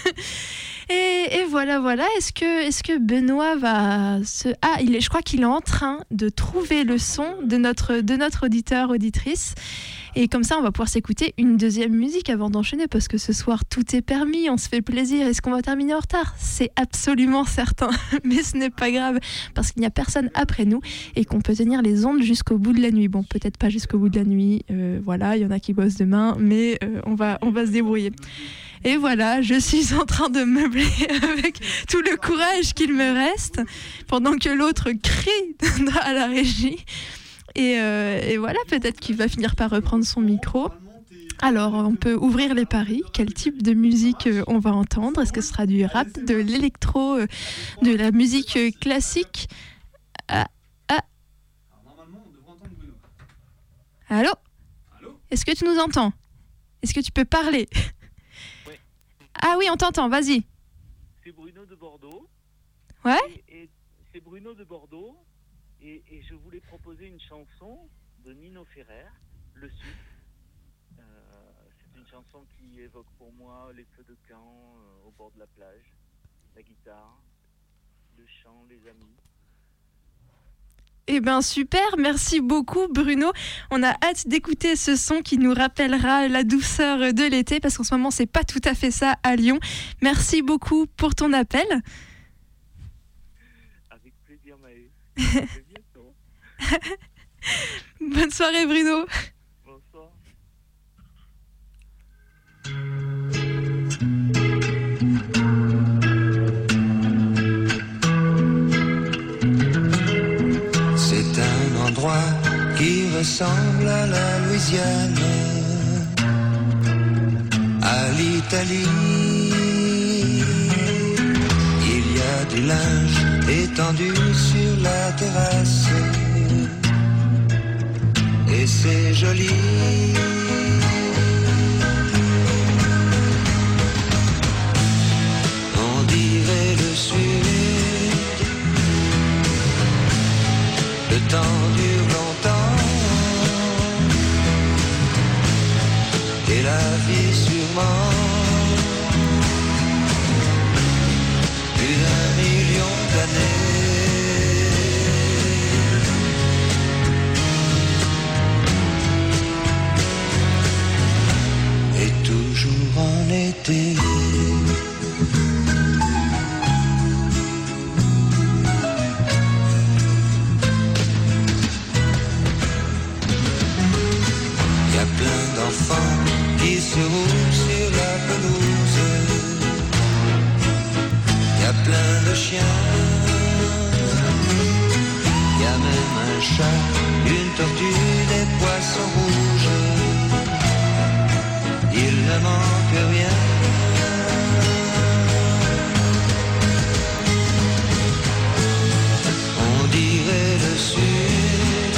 Et, et voilà, voilà. Est-ce que, est-ce que Benoît va se... Ah, il est, je crois qu'il est en train de trouver le son de notre, de notre auditeur, auditrice. Et comme ça, on va pouvoir s'écouter une deuxième musique avant d'enchaîner, parce que ce soir, tout est permis, on se fait plaisir. Est-ce qu'on va terminer en retard ? C'est absolument certain. Mais ce n'est pas grave, parce qu'il n'y a personne après nous et qu'on peut tenir les ondes jusqu'au bout de la nuit. Bon, peut-être pas jusqu'au bout de la nuit. Euh, voilà, il y en a qui bossent demain, mais euh, on va, on va se débrouiller. Et voilà, je suis en train de meubler avec tout le courage qu'il me reste, pendant que l'autre crie à la régie. Et, euh, et voilà, peut-être qu'il va finir par reprendre son micro. Alors, on peut ouvrir les paris. Quel type de musique on va entendre ? Est-ce que ce sera du rap, de l'électro, de la musique classique ? Ah, ah. Allô ? Est-ce que tu nous entends ? Est-ce que tu peux parler ? Ah oui, on t'entend, vas-y. C'est Bruno de Bordeaux. Ouais. Et, et c'est Bruno de Bordeaux. Et, et je voulais proposer une chanson de Nino Ferrer, Le Sud. Euh, c'est une chanson qui évoque pour moi les feux de camp euh, au bord de la plage, la guitare, le chant, les amis. Eh ben super, merci beaucoup Bruno. On a hâte d'écouter ce son qui nous rappellera la douceur de l'été, parce qu'en ce moment c'est pas tout à fait ça à Lyon. Merci beaucoup pour ton appel. Avec plaisir Maë. À bientôt. Bonne soirée Bruno. Bonsoir. C'est un endroit qui ressemble à la Louisiane, à l'Italie. Il y a du linge étendu sur la terrasse, et c'est joli. On dirait le Sud, le temps dure longtemps, et la vie sûrement plus d'un million d'années. Et toujours en été. Il y a plein d'enfants qui se roulent sur la pelouse. Il y a plein de chiens. Il y a même un chat, une tortue, des poissons rouges. Il ne manque rien. On dirait le Sud.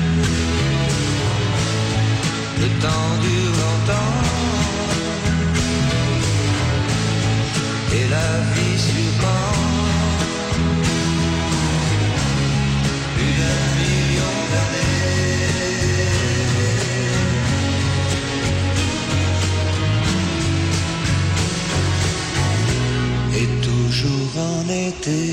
Le temps dure longtemps, et la vie sûrement plus d'un million été.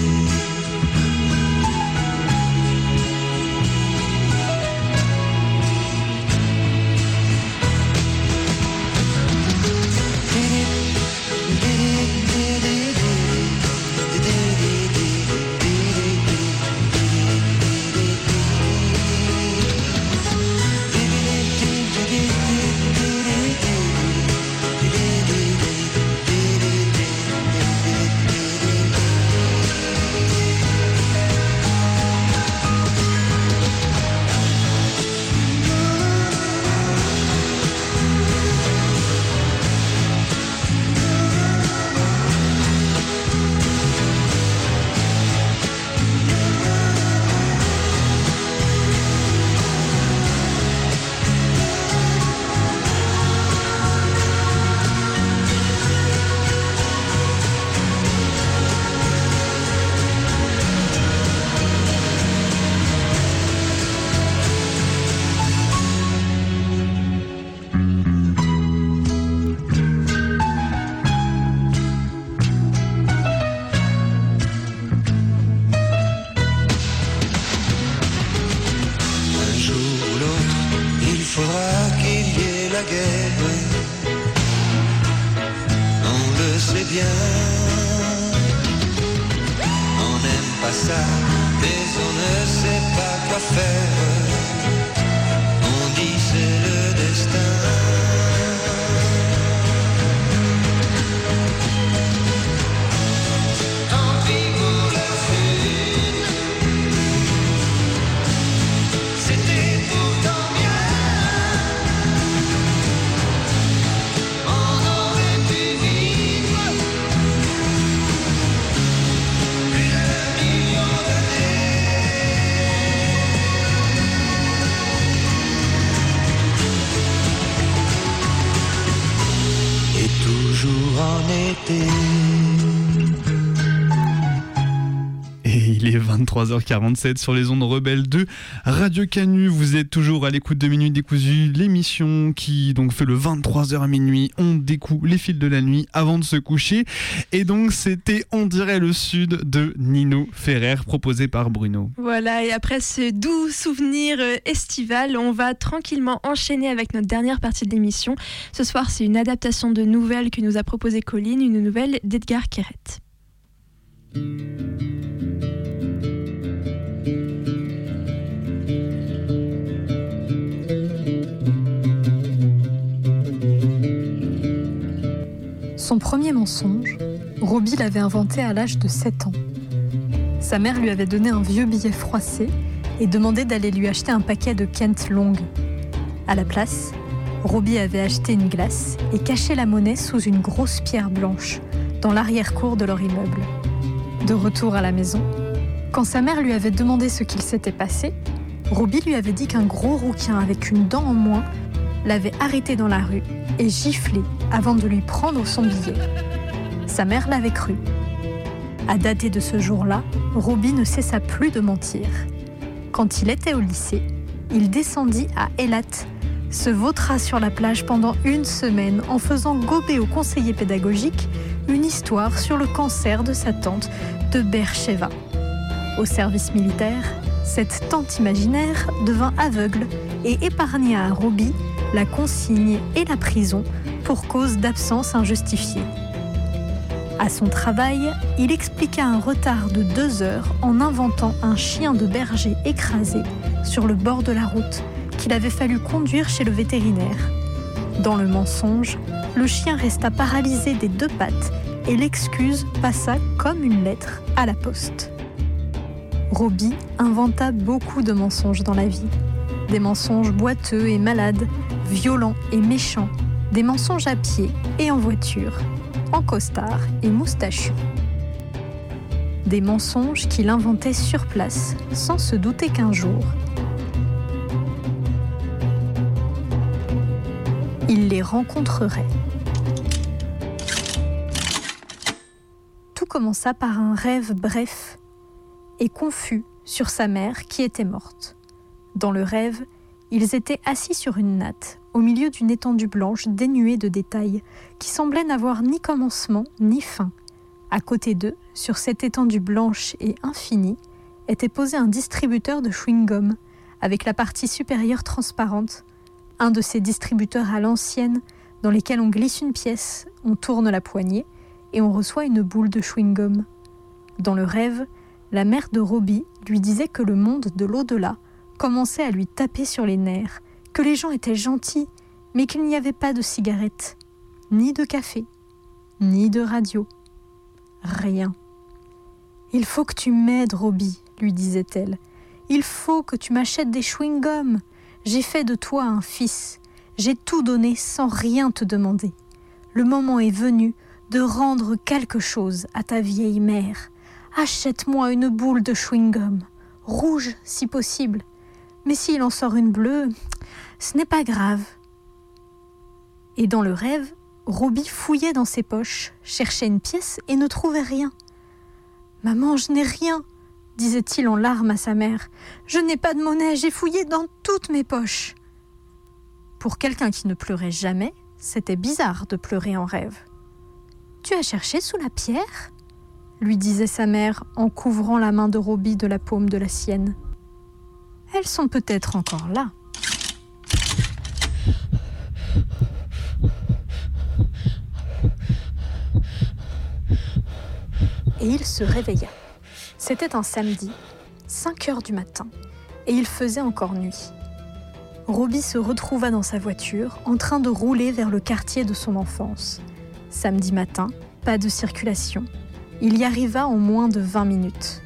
vingt-trois heures quarante-sept sur les ondes rebelles de Radio Canu. Vous êtes toujours à l'écoute de Minuit Décousu, l'émission qui donc fait le vingt-trois heures à minuit. On découd les fils de la nuit avant de se coucher. Et donc c'était On dirait le Sud de Nino Ferrer, proposé par Bruno. Voilà, et après ce doux souvenir estival, on va tranquillement enchaîner avec notre dernière partie de l'émission. Ce soir, c'est une adaptation de nouvelle que nous a proposée Colline, une nouvelle d'Edgar Quérette. Son premier mensonge, Roby l'avait inventé à l'âge de sept ans. Sa mère lui avait donné un vieux billet froissé et demandé d'aller lui acheter un paquet de Kent Long. À la place, Roby avait acheté une glace et caché la monnaie sous une grosse pierre blanche dans l'arrière-cour de leur immeuble. De retour à la maison, quand sa mère lui avait demandé ce qu'il s'était passé, Roby lui avait dit qu'un gros rouquin avec une dent en moins l'avait arrêté dans la rue et giflé avant de lui prendre son billet. Sa mère l'avait cru. À dater de ce jour-là, Roby ne cessa plus de mentir. Quand il était au lycée, il descendit à Eilat, se vautra sur la plage pendant une semaine en faisant gober au conseiller pédagogique une histoire sur le cancer de sa tante de Beersheva. Au service militaire, cette tante imaginaire devint aveugle et épargna à Roby la consigne et la prison pour cause d'absence injustifiée. À son travail, il expliqua un retard de deux heures en inventant un chien de berger écrasé sur le bord de la route qu'il avait fallu conduire chez le vétérinaire. Dans le mensonge, le chien resta paralysé des deux pattes et l'excuse passa comme une lettre à la poste. Roby inventa beaucoup de mensonges dans la vie. Des mensonges boiteux et malades, violents et méchants, des mensonges à pied et en voiture, en costard et moustachu. Des mensonges qu'il inventait sur place, sans se douter qu'un jour, il les rencontrerait. Tout commença par un rêve bref et confus sur sa mère qui était morte. Dans le rêve, ils étaient assis sur une natte, au milieu d'une étendue blanche dénuée de détails, qui semblait n'avoir ni commencement ni fin, À côté d'eux, sur cette étendue blanche et infinie, était posé un distributeur de chewing-gum, avec la partie supérieure transparente, un de ces distributeurs à l'ancienne dans lesquels on glisse une pièce, on tourne la poignée et on reçoit une boule de chewing-gum. Dans le rêve, la mère de Robbie lui disait que le monde de l'au-delà commençait à lui taper sur les nerfs, que les gens étaient gentils, mais qu'il n'y avait pas de cigarettes, ni de café, ni de radio. Rien. « Il faut que tu m'aides, Robbie, » lui disait-elle. « Il faut que tu m'achètes des chewing-gums. J'ai fait de toi un fils. J'ai tout donné sans rien te demander. Le moment est venu de rendre quelque chose à ta vieille mère. Achète-moi une boule de chewing-gum, rouge si possible. Mais s'il en sort une bleue, ce n'est pas grave. » Et dans le rêve, Robbie fouillait dans ses poches, cherchait une pièce et ne trouvait rien. « Maman, je n'ai rien !» disait-il en larmes à sa mère. « Je n'ai pas de monnaie, j'ai fouillé dans toutes mes poches. » Pour quelqu'un qui ne pleurait jamais, c'était bizarre de pleurer en rêve. « Tu as cherché sous la pierre ?» lui disait sa mère en couvrant la main de Robbie de la paume de la sienne. « Elles sont peut-être encore là. » Et il se réveilla. C'était un samedi, cinq heures du matin, et il faisait encore nuit. Robbie se retrouva dans sa voiture, en train de rouler vers le quartier de son enfance. Samedi matin, pas de circulation. Il y arriva en moins de vingt minutes.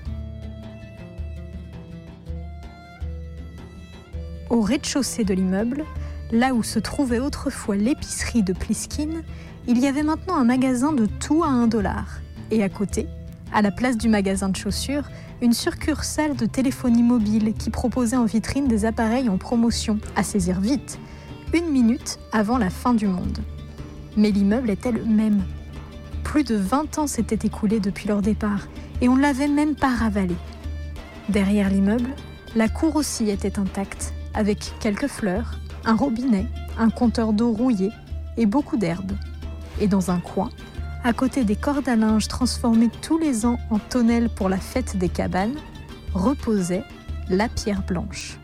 Au rez-de-chaussée de l'immeuble, là où se trouvait autrefois l'épicerie de Pliskin, il y avait maintenant un magasin de tout à un dollar. Et à côté, à la place du magasin de chaussures, une succursale de téléphonie mobile qui proposait en vitrine des appareils en promotion, à saisir vite, une minute avant la fin du monde. Mais l'immeuble était le même. Plus de vingt ans s'étaient écoulés depuis leur départ, et on ne l'avait même pas ravalé. Derrière l'immeuble, la cour aussi était intacte, avec quelques fleurs, un robinet, un compteur d'eau rouillé et beaucoup d'herbes. Et dans un coin, à côté des cordes à linge transformées tous les ans en tonnelles pour la fête des cabanes, reposait la pierre blanche.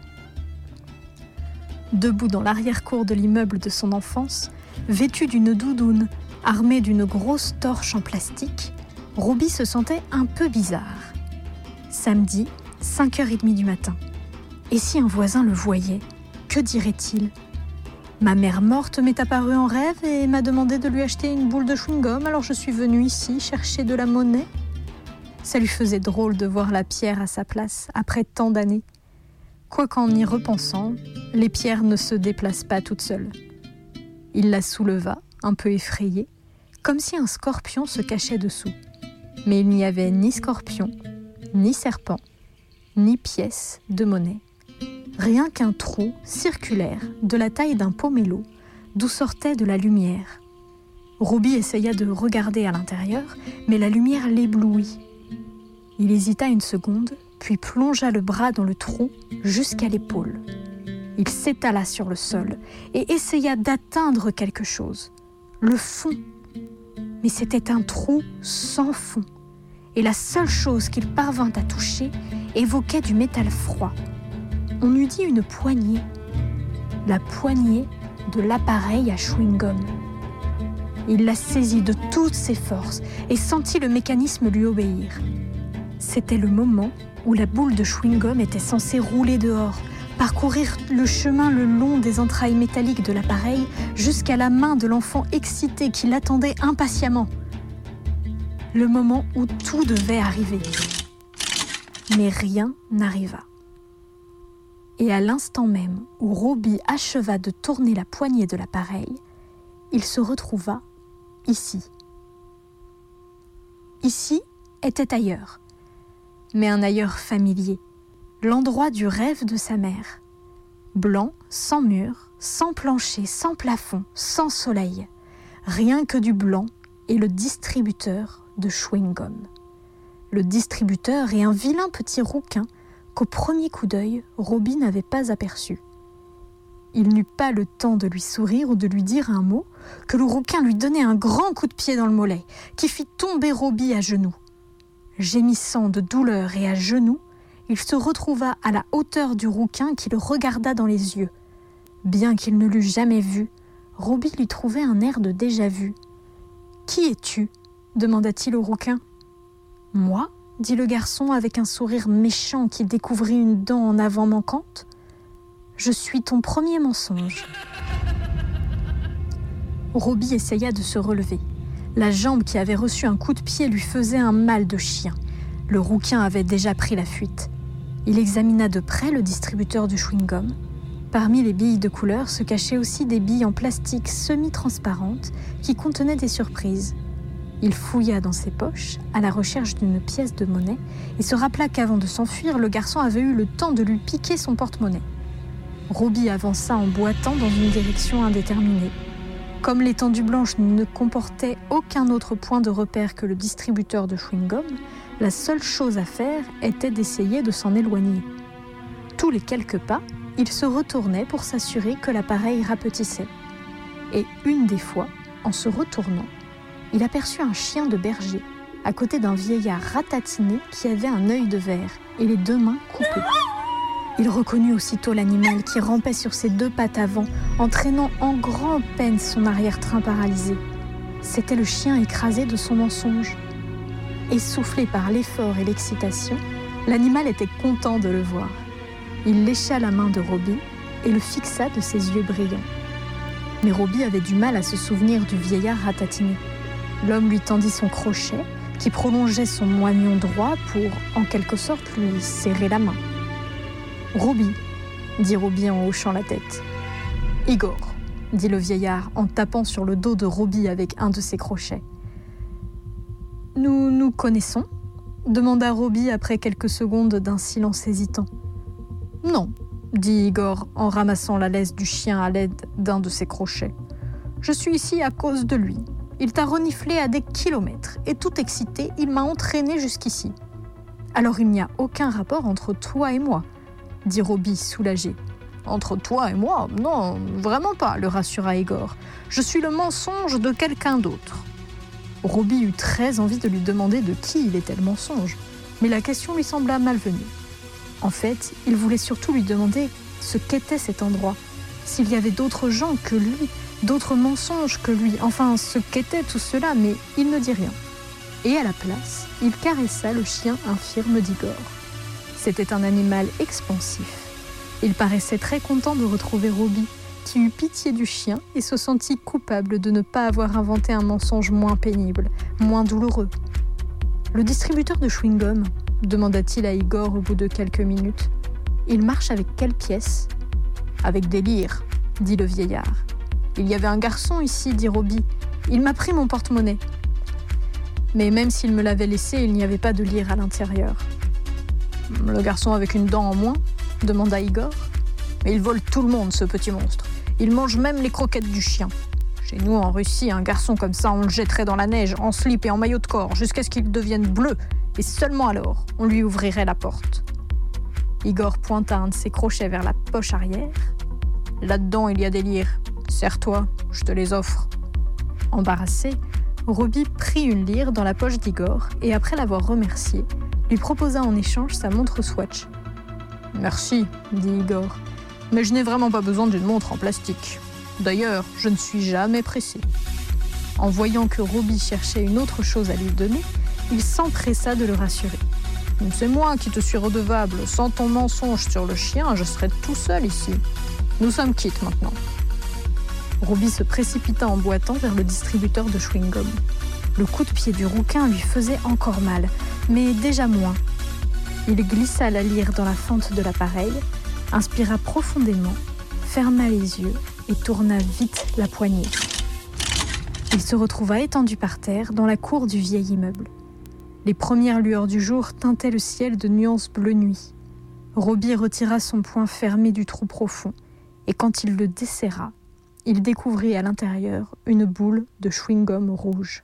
Debout dans l'arrière-cour de l'immeuble de son enfance, vêtu d'une doudoune, armé d'une grosse torche en plastique, Robbie se sentait un peu bizarre. Samedi, cinq heures trente du matin. Et si un voisin le voyait, que dirait-il ? Ma mère morte m'est apparue en rêve et m'a demandé de lui acheter une boule de chewing-gum, alors je suis venue ici chercher de la monnaie. Ça lui faisait drôle de voir la pierre à sa place, après tant d'années. Quoiqu'en y repensant, les pierres ne se déplacent pas toutes seules. Il la souleva, un peu effrayé, comme si un scorpion se cachait dessous. Mais il n'y avait ni scorpion, ni serpent, ni pièce de monnaie. Rien qu'un trou circulaire de la taille d'un pomelo d'où sortait de la lumière. Robbie essaya de regarder à l'intérieur, mais la lumière l'éblouit. Il hésita une seconde, puis plongea le bras dans le trou jusqu'à l'épaule. Il s'étala sur le sol et essaya d'atteindre quelque chose. Le fond. Mais c'était un trou sans fond. Et la seule chose qu'il parvint à toucher évoquait du métal froid. On eût dit une poignée. La poignée de l'appareil à chewing-gum. Il la saisit de toutes ses forces et sentit le mécanisme lui obéir. C'était le moment où la boule de chewing-gum était censée rouler dehors, parcourir le chemin le long des entrailles métalliques de l'appareil jusqu'à la main de l'enfant excité qui l'attendait impatiemment. Le moment où tout devait arriver. Mais rien n'arriva. Et à l'instant même où Robbie acheva de tourner la poignée de l'appareil, il se retrouva ici. Ici était ailleurs, mais un ailleurs familier, l'endroit du rêve de sa mère. Blanc, sans mur, sans plancher, sans plafond, sans soleil, rien que du blanc et le distributeur de chewing-gum. Le distributeur est un vilain petit rouquin qu'au premier coup d'œil, Robbie n'avait pas aperçu. Il n'eut pas le temps de lui sourire ou de lui dire un mot que le rouquin lui donnait un grand coup de pied dans le mollet qui fit tomber Robbie à genoux. Gémissant de douleur et à genoux, il se retrouva à la hauteur du rouquin qui le regarda dans les yeux. Bien qu'il ne l'eût jamais vu, Robbie lui trouvait un air de déjà-vu. « Qui es-tu » demanda-t-il au rouquin. « Moi » dit le garçon avec un sourire méchant qui découvrit une dent en avant manquante. « Je suis ton premier mensonge. » Robbie essaya de se relever. La jambe qui avait reçu un coup de pied lui faisait un mal de chien. Le rouquin avait déjà pris la fuite. Il examina de près le distributeur de chewing-gum. Parmi les billes de couleur se cachaient aussi des billes en plastique semi-transparentes qui contenaient des surprises. Il fouilla dans ses poches à la recherche d'une pièce de monnaie et se rappela qu'avant de s'enfuir, le garçon avait eu le temps de lui piquer son porte-monnaie. Robbie avança en boitant dans une direction indéterminée. Comme l'étendue blanche ne comportait aucun autre point de repère que le distributeur de chewing-gum, la seule chose à faire était d'essayer de s'en éloigner. Tous les quelques pas, il se retournait pour s'assurer que l'appareil rapetissait. Et une des fois, en se retournant, il aperçut un chien de berger à côté d'un vieillard ratatiné qui avait un œil de verre et les deux mains coupées. Il reconnut aussitôt l'animal qui rampait sur ses deux pattes avant, entraînant en grand-peine son arrière-train paralysé. C'était le chien écrasé de son mensonge. Essoufflé par l'effort et l'excitation, l'animal était content de le voir. Il lécha la main de Robbie et le fixa de ses yeux brillants. Mais Robbie avait du mal à se souvenir du vieillard ratatiné. L'homme lui tendit son crochet, qui prolongeait son moignon droit pour, en quelque sorte, lui serrer la main. « Robbie » dit Robbie en hochant la tête. « Igor » dit le vieillard en tapant sur le dos de Robbie avec un de ses crochets. « Nous nous connaissons » demanda Robbie après quelques secondes d'un silence hésitant. « Non » dit Igor en ramassant la laisse du chien à l'aide d'un de ses crochets. « Je suis ici à cause de lui. Il t'a reniflé à des kilomètres et tout excité, il m'a entraîné jusqu'ici. Alors il n'y a aucun rapport entre toi et moi, dit Robbie soulagé. Entre toi et moi, non, vraiment pas, le rassura Igor. Je suis le mensonge de quelqu'un d'autre. Robbie eut très envie de lui demander de qui il était le mensonge, mais la question lui sembla malvenue. En fait, il voulait surtout lui demander ce qu'était cet endroit, s'il y avait d'autres gens que lui, d'autres mensonges que lui, enfin ce qu'était tout cela, mais il ne dit rien. Et à la place, il caressa le chien infirme d'Igor. C'était un animal expansif. Il paraissait très content de retrouver Robbie, qui eut pitié du chien et se sentit coupable de ne pas avoir inventé un mensonge moins pénible, moins douloureux. « Le distributeur de chewing-gum » demanda-t-il à Igor au bout de quelques minutes. « Il marche avec quelle pièce ?»« Avec des lyres » dit le vieillard. « Il y avait un garçon ici, dit Robbie. Il m'a pris mon porte-monnaie. » Mais même s'il me l'avait laissé, il n'y avait pas de lyre à l'intérieur. « Le garçon avec une dent en moins ?» demanda Igor. « Mais il vole tout le monde, ce petit monstre. Il mange même les croquettes du chien. Chez nous, en Russie, un garçon comme ça, on le jetterait dans la neige, en slip et en maillot de corps, jusqu'à ce qu'il devienne bleu, et seulement alors, on lui ouvrirait la porte. » Igor pointa un de ses crochets vers la poche arrière. « Là-dedans, il y a des lyres. Serre-toi, je te les offre. » Embarrassé, Robbie prit une lyre dans la poche d'Igor et après l'avoir remercié, lui proposa en échange sa montre Swatch. « Merci, dit Igor, mais je n'ai vraiment pas besoin d'une montre en plastique. D'ailleurs, je ne suis jamais pressé. » En voyant que Robbie cherchait une autre chose à lui donner, il s'empressa de le rassurer. « C'est moi qui te suis redevable. Sans ton mensonge sur le chien, je serais tout seul ici. Nous sommes quittes maintenant. » Robbie se précipita en boitant vers le distributeur de chewing-gum. Le coup de pied du rouquin lui faisait encore mal, mais déjà moins. Il glissa la lyre dans la fente de l'appareil, inspira profondément, ferma les yeux et tourna vite la poignée. Il se retrouva étendu par terre dans la cour du vieil immeuble. Les premières lueurs du jour teintaient le ciel de nuances bleu nuit. Robbie retira son poing fermé du trou profond et quand il le desserra, il découvrit à l'intérieur une boule de chewing-gum rouge.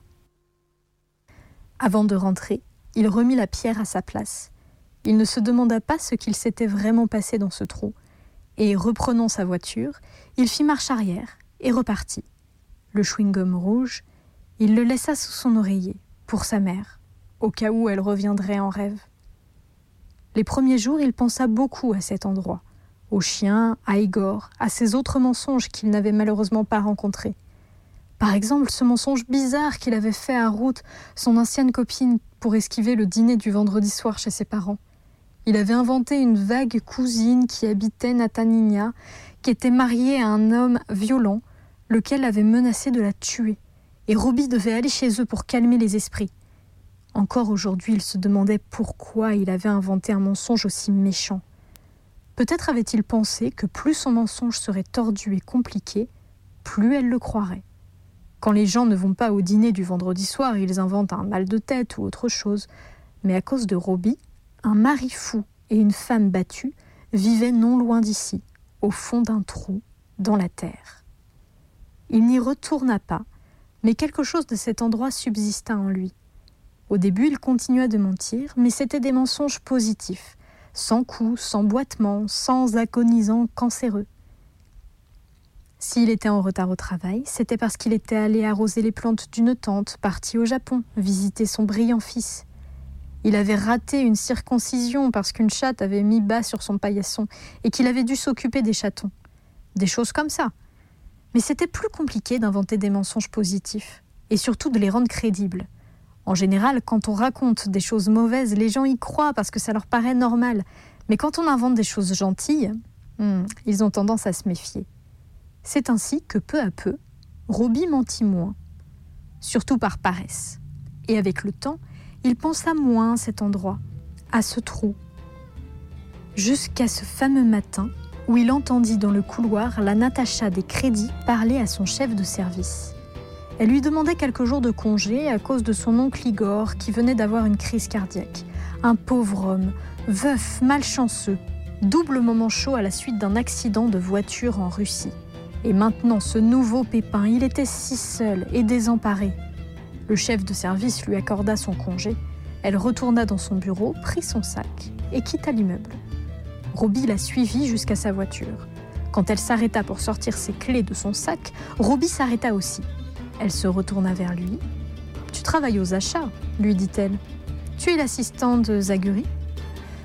Avant de rentrer, il remit la pierre à sa place. Il ne se demanda pas ce qu'il s'était vraiment passé dans ce trou, et, reprenant sa voiture, il fit marche arrière et repartit. Le chewing-gum rouge, il le laissa sous son oreiller, pour sa mère, au cas où elle reviendrait en rêve. Les premiers jours, il pensa beaucoup à cet endroit, au chien, à Igor, à ces autres mensonges qu'il n'avait malheureusement pas rencontrés. Par exemple, ce mensonge bizarre qu'il avait fait à Ruth, son ancienne copine, pour esquiver le dîner du vendredi soir chez ses parents. Il avait inventé une vague cousine qui habitait Nataninia, qui était mariée à un homme violent, lequel avait menacé de la tuer. Et Robbie devait aller chez eux pour calmer les esprits. Encore aujourd'hui, il se demandait pourquoi il avait inventé un mensonge aussi méchant. Peut-être avait-il pensé que plus son mensonge serait tordu et compliqué, plus elle le croirait. Quand les gens ne vont pas au dîner du vendredi soir, ils inventent un mal de tête ou autre chose. Mais à cause de Robbie, un mari fou et une femme battue vivaient non loin d'ici, au fond d'un trou, dans la terre. Il n'y retourna pas, mais quelque chose de cet endroit subsista en lui. Au début, il continua de mentir, mais c'étaient des mensonges positifs, sans coups, sans boitements, sans agonisants cancéreux. S'il était en retard au travail, c'était parce qu'il était allé arroser les plantes d'une tante, parti au Japon, visiter son brillant fils. Il avait raté une circoncision parce qu'une chatte avait mis bas sur son paillasson et qu'il avait dû s'occuper des chatons. Des choses comme ça. Mais c'était plus compliqué d'inventer des mensonges positifs, et surtout de les rendre crédibles. En général, quand on raconte des choses mauvaises, les gens y croient parce que ça leur paraît normal. Mais quand on invente des choses gentilles, hmm, ils ont tendance à se méfier. C'est ainsi que peu à peu, Robbie mentit moins, surtout par paresse. Et avec le temps, il pensa moins à cet endroit, à ce trou. Jusqu'à ce fameux matin où il entendit dans le couloir la Natacha des crédits parler à son chef de service. Elle lui demandait quelques jours de congé à cause de son oncle Igor qui venait d'avoir une crise cardiaque. Un pauvre homme, veuf, malchanceux, doublement manchot à la suite d'un accident de voiture en Russie. Et maintenant, ce nouveau pépin, il était si seul et désemparé. Le chef de service lui accorda son congé. Elle retourna dans son bureau, prit son sac et quitta l'immeuble. Robbie la suivit jusqu'à sa voiture. Quand elle s'arrêta pour sortir ses clés de son sac, Robbie s'arrêta aussi. Elle se retourna vers lui. « Tu travailles aux achats ?» lui dit-elle. « Tu es l'assistant de Zaguri ?»« Oui, »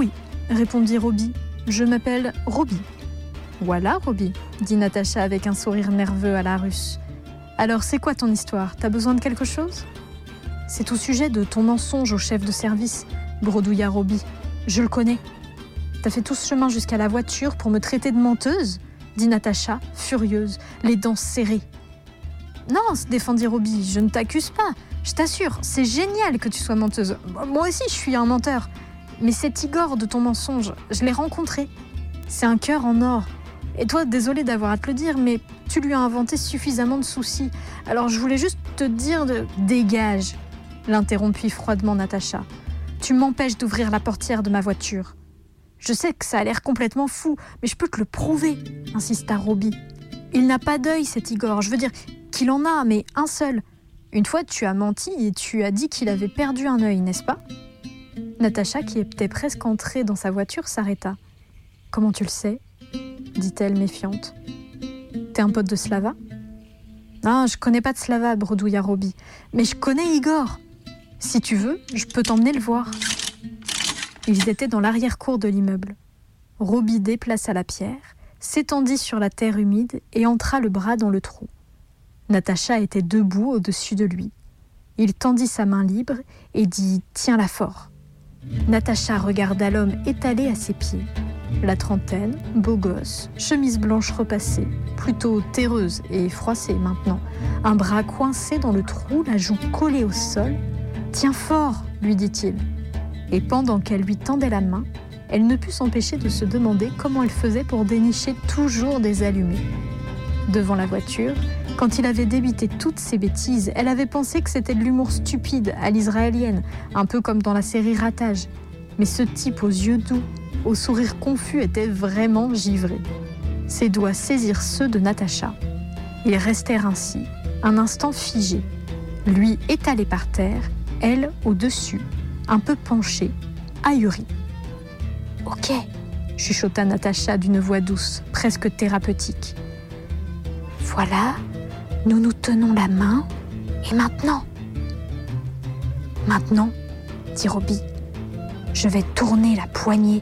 répondit Robbie. « Je m'appelle Robbie. » « Voilà, Robbie, » dit Natacha avec un sourire nerveux à la russe. « Alors, c'est quoi ton histoire ? T'as besoin de quelque chose ?»« C'est au sujet de ton mensonge au chef de service, » bredouilla Robbie. « Je le connais. »« T'as fait tout ce chemin jusqu'à la voiture pour me traiter de menteuse ?» dit Natacha, furieuse, les dents serrées. « Non, » se défendit Robbie, « je ne t'accuse pas. Je t'assure, c'est génial que tu sois menteuse. Moi aussi, je suis un menteur. Mais cet Igor de ton mensonge, je l'ai rencontré. C'est un cœur en or. Et toi, désolé d'avoir à te le dire, mais tu lui as inventé suffisamment de soucis. Alors je voulais juste te dire de... Dégage, l'interrompit froidement Natacha. Tu m'empêches d'ouvrir la portière de ma voiture. Je sais que ça a l'air complètement fou, mais je peux te le prouver, insista Robbie. Il n'a pas d'œil, cet Igor. Je veux dire qu'il en a, mais un seul. Une fois, tu as menti et tu as dit qu'il avait perdu un œil, n'est-ce pas ? Natacha, qui était presque entrée dans sa voiture, s'arrêta. « Comment tu le sais ?» dit-elle méfiante. « T'es un pote de Slava ?»« Non, je connais pas de Slava, » bredouilla Robbie. « Mais je connais Igor. Si tu veux, je peux t'emmener le voir. » Ils étaient dans l'arrière-cour de l'immeuble. Robbie déplaça la pierre, s'étendit sur la terre humide et entra le bras dans le trou. Natacha était debout au-dessus de lui. Il tendit sa main libre et dit « Tiens-la fort ». Natacha regarda l'homme étalé à ses pieds. La trentaine, beau gosse, chemise blanche repassée, plutôt terreuse et froissée maintenant, un bras coincé dans le trou, la joue collée au sol. « Tiens fort !» lui dit-il. Et pendant qu'elle lui tendait la main, elle ne put s'empêcher de se demander comment elle faisait pour dénicher toujours des allumés. Devant la voiture, quand il avait débité toutes ces bêtises, elle avait pensé que c'était de l'humour stupide à l'israélienne, un peu comme dans la série Ratage. Mais ce type aux yeux doux, au sourire confus, était vraiment givré. Ses doigts saisirent ceux de Natacha. Ils restèrent ainsi, un instant figés. Lui étalé par terre, elle au-dessus, un peu penchée, ahurie. « Ok, chuchota Natacha d'une voix douce, presque thérapeutique. Voilà, nous nous tenons la main, et maintenant ? Maintenant, dit Robbie, je vais tourner la poignée.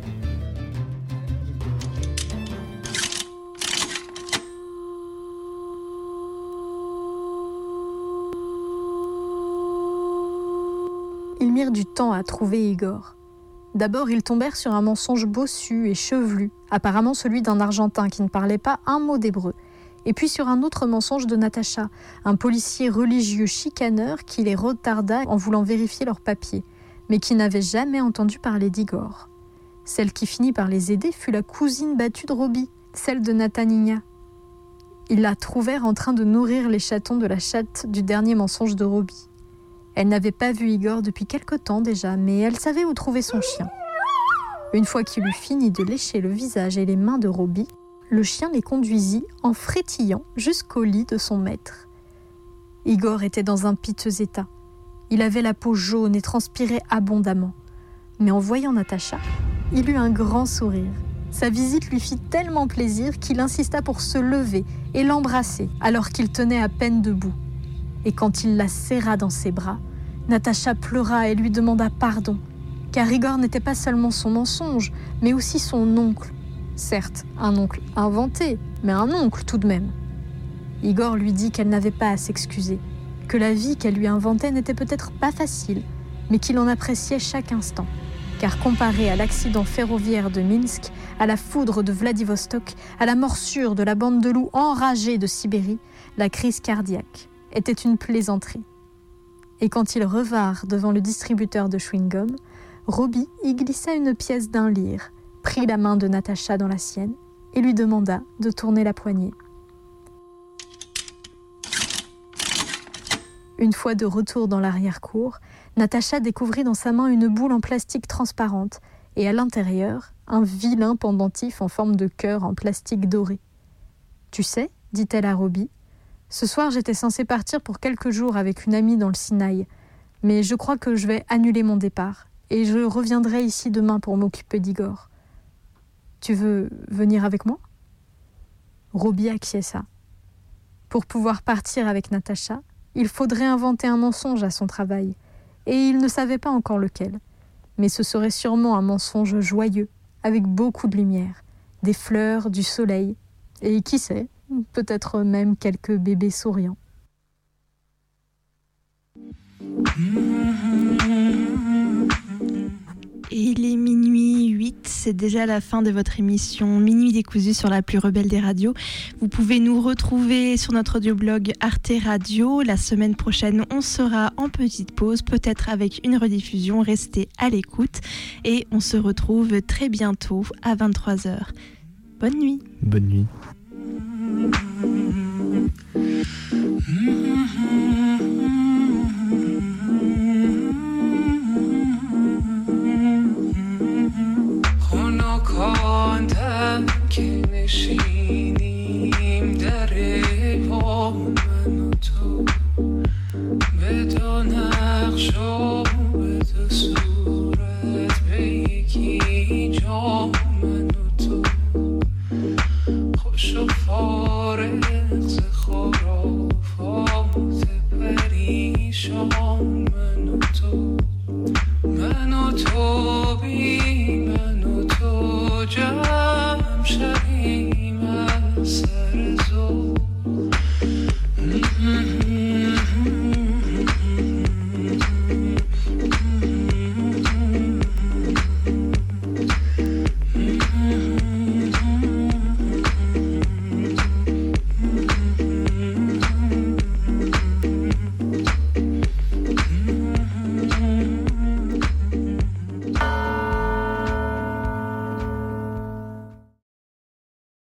Ils mirent du temps à trouver Igor. D'abord, ils tombèrent sur un mensonge bossu et chevelu, apparemment celui d'un Argentin qui ne parlait pas un mot d'hébreu. Et puis sur un autre mensonge de Natacha, un policier religieux chicaneur qui les retarda en voulant vérifier leurs papiers, mais qui n'avait jamais entendu parler d'Igor. Celle qui finit par les aider fut la cousine battue de Robbie, celle de Natanina. Ils la trouvèrent en train de nourrir les chatons de la chatte du dernier mensonge de Robbie. Elle n'avait pas vu Igor depuis quelque temps déjà, mais elle savait où trouver son chien. Une fois qu'il eut fini de lécher le visage et les mains de Robbie, le chien les conduisit en frétillant jusqu'au lit de son maître. Igor était dans un piteux état. Il avait la peau jaune et transpirait abondamment. Mais en voyant Natacha, il eut un grand sourire. Sa visite lui fit tellement plaisir qu'il insista pour se lever et l'embrasser alors qu'il tenait à peine debout. Et quand il la serra dans ses bras, Natacha pleura et lui demanda pardon, car Igor n'était pas seulement son mensonge, mais aussi son oncle. Certes, un oncle inventé, mais un oncle tout de même. Igor lui dit qu'elle n'avait pas à s'excuser, que la vie qu'elle lui inventait n'était peut-être pas facile, mais qu'il en appréciait chaque instant, car comparé à l'accident ferroviaire de Minsk, à la foudre de Vladivostok, à la morsure de la bande de loups enragés de Sibérie, la crise cardiaque était une plaisanterie. Et quand ils revinrent devant le distributeur de chewing-gum, Robbie y glissa une pièce d'un lire, prit la main de Natacha dans la sienne et lui demanda de tourner la poignée. Une fois de retour dans l'arrière-cour, Natacha découvrit dans sa main une boule en plastique transparente et à l'intérieur, un vilain pendentif en forme de cœur en plastique doré. « Tu sais, dit-elle à Robbie, ce soir j'étais censée partir pour quelques jours avec une amie dans le Sinaï, mais je crois que je vais annuler mon départ et je reviendrai ici demain pour m'occuper d'Igor. Tu veux venir avec moi ?» Robbie acquiesça. Pour pouvoir partir avec Natacha, il faudrait inventer un mensonge à son travail, et il ne savait pas encore lequel. Mais ce serait sûrement un mensonge joyeux, avec beaucoup de lumière, des fleurs, du soleil, et qui sait, peut-être même quelques bébés souriants. Et il est minuit huit, c'est déjà la fin de votre émission Minuit décousu sur la plus rebelle des radios. Vous pouvez nous retrouver sur notre audioblog Arte Radio. La semaine prochaine, on sera en petite pause, peut-être avec une rediffusion. Restez à l'écoute et on se retrouve très bientôt à vingt-trois heures. Bonne nuit. Bonne nuit. خنکاندم که نشینیم در پا من و تو به دو نقش و به دو صورت به یکی جا من و تو خوش و فارغ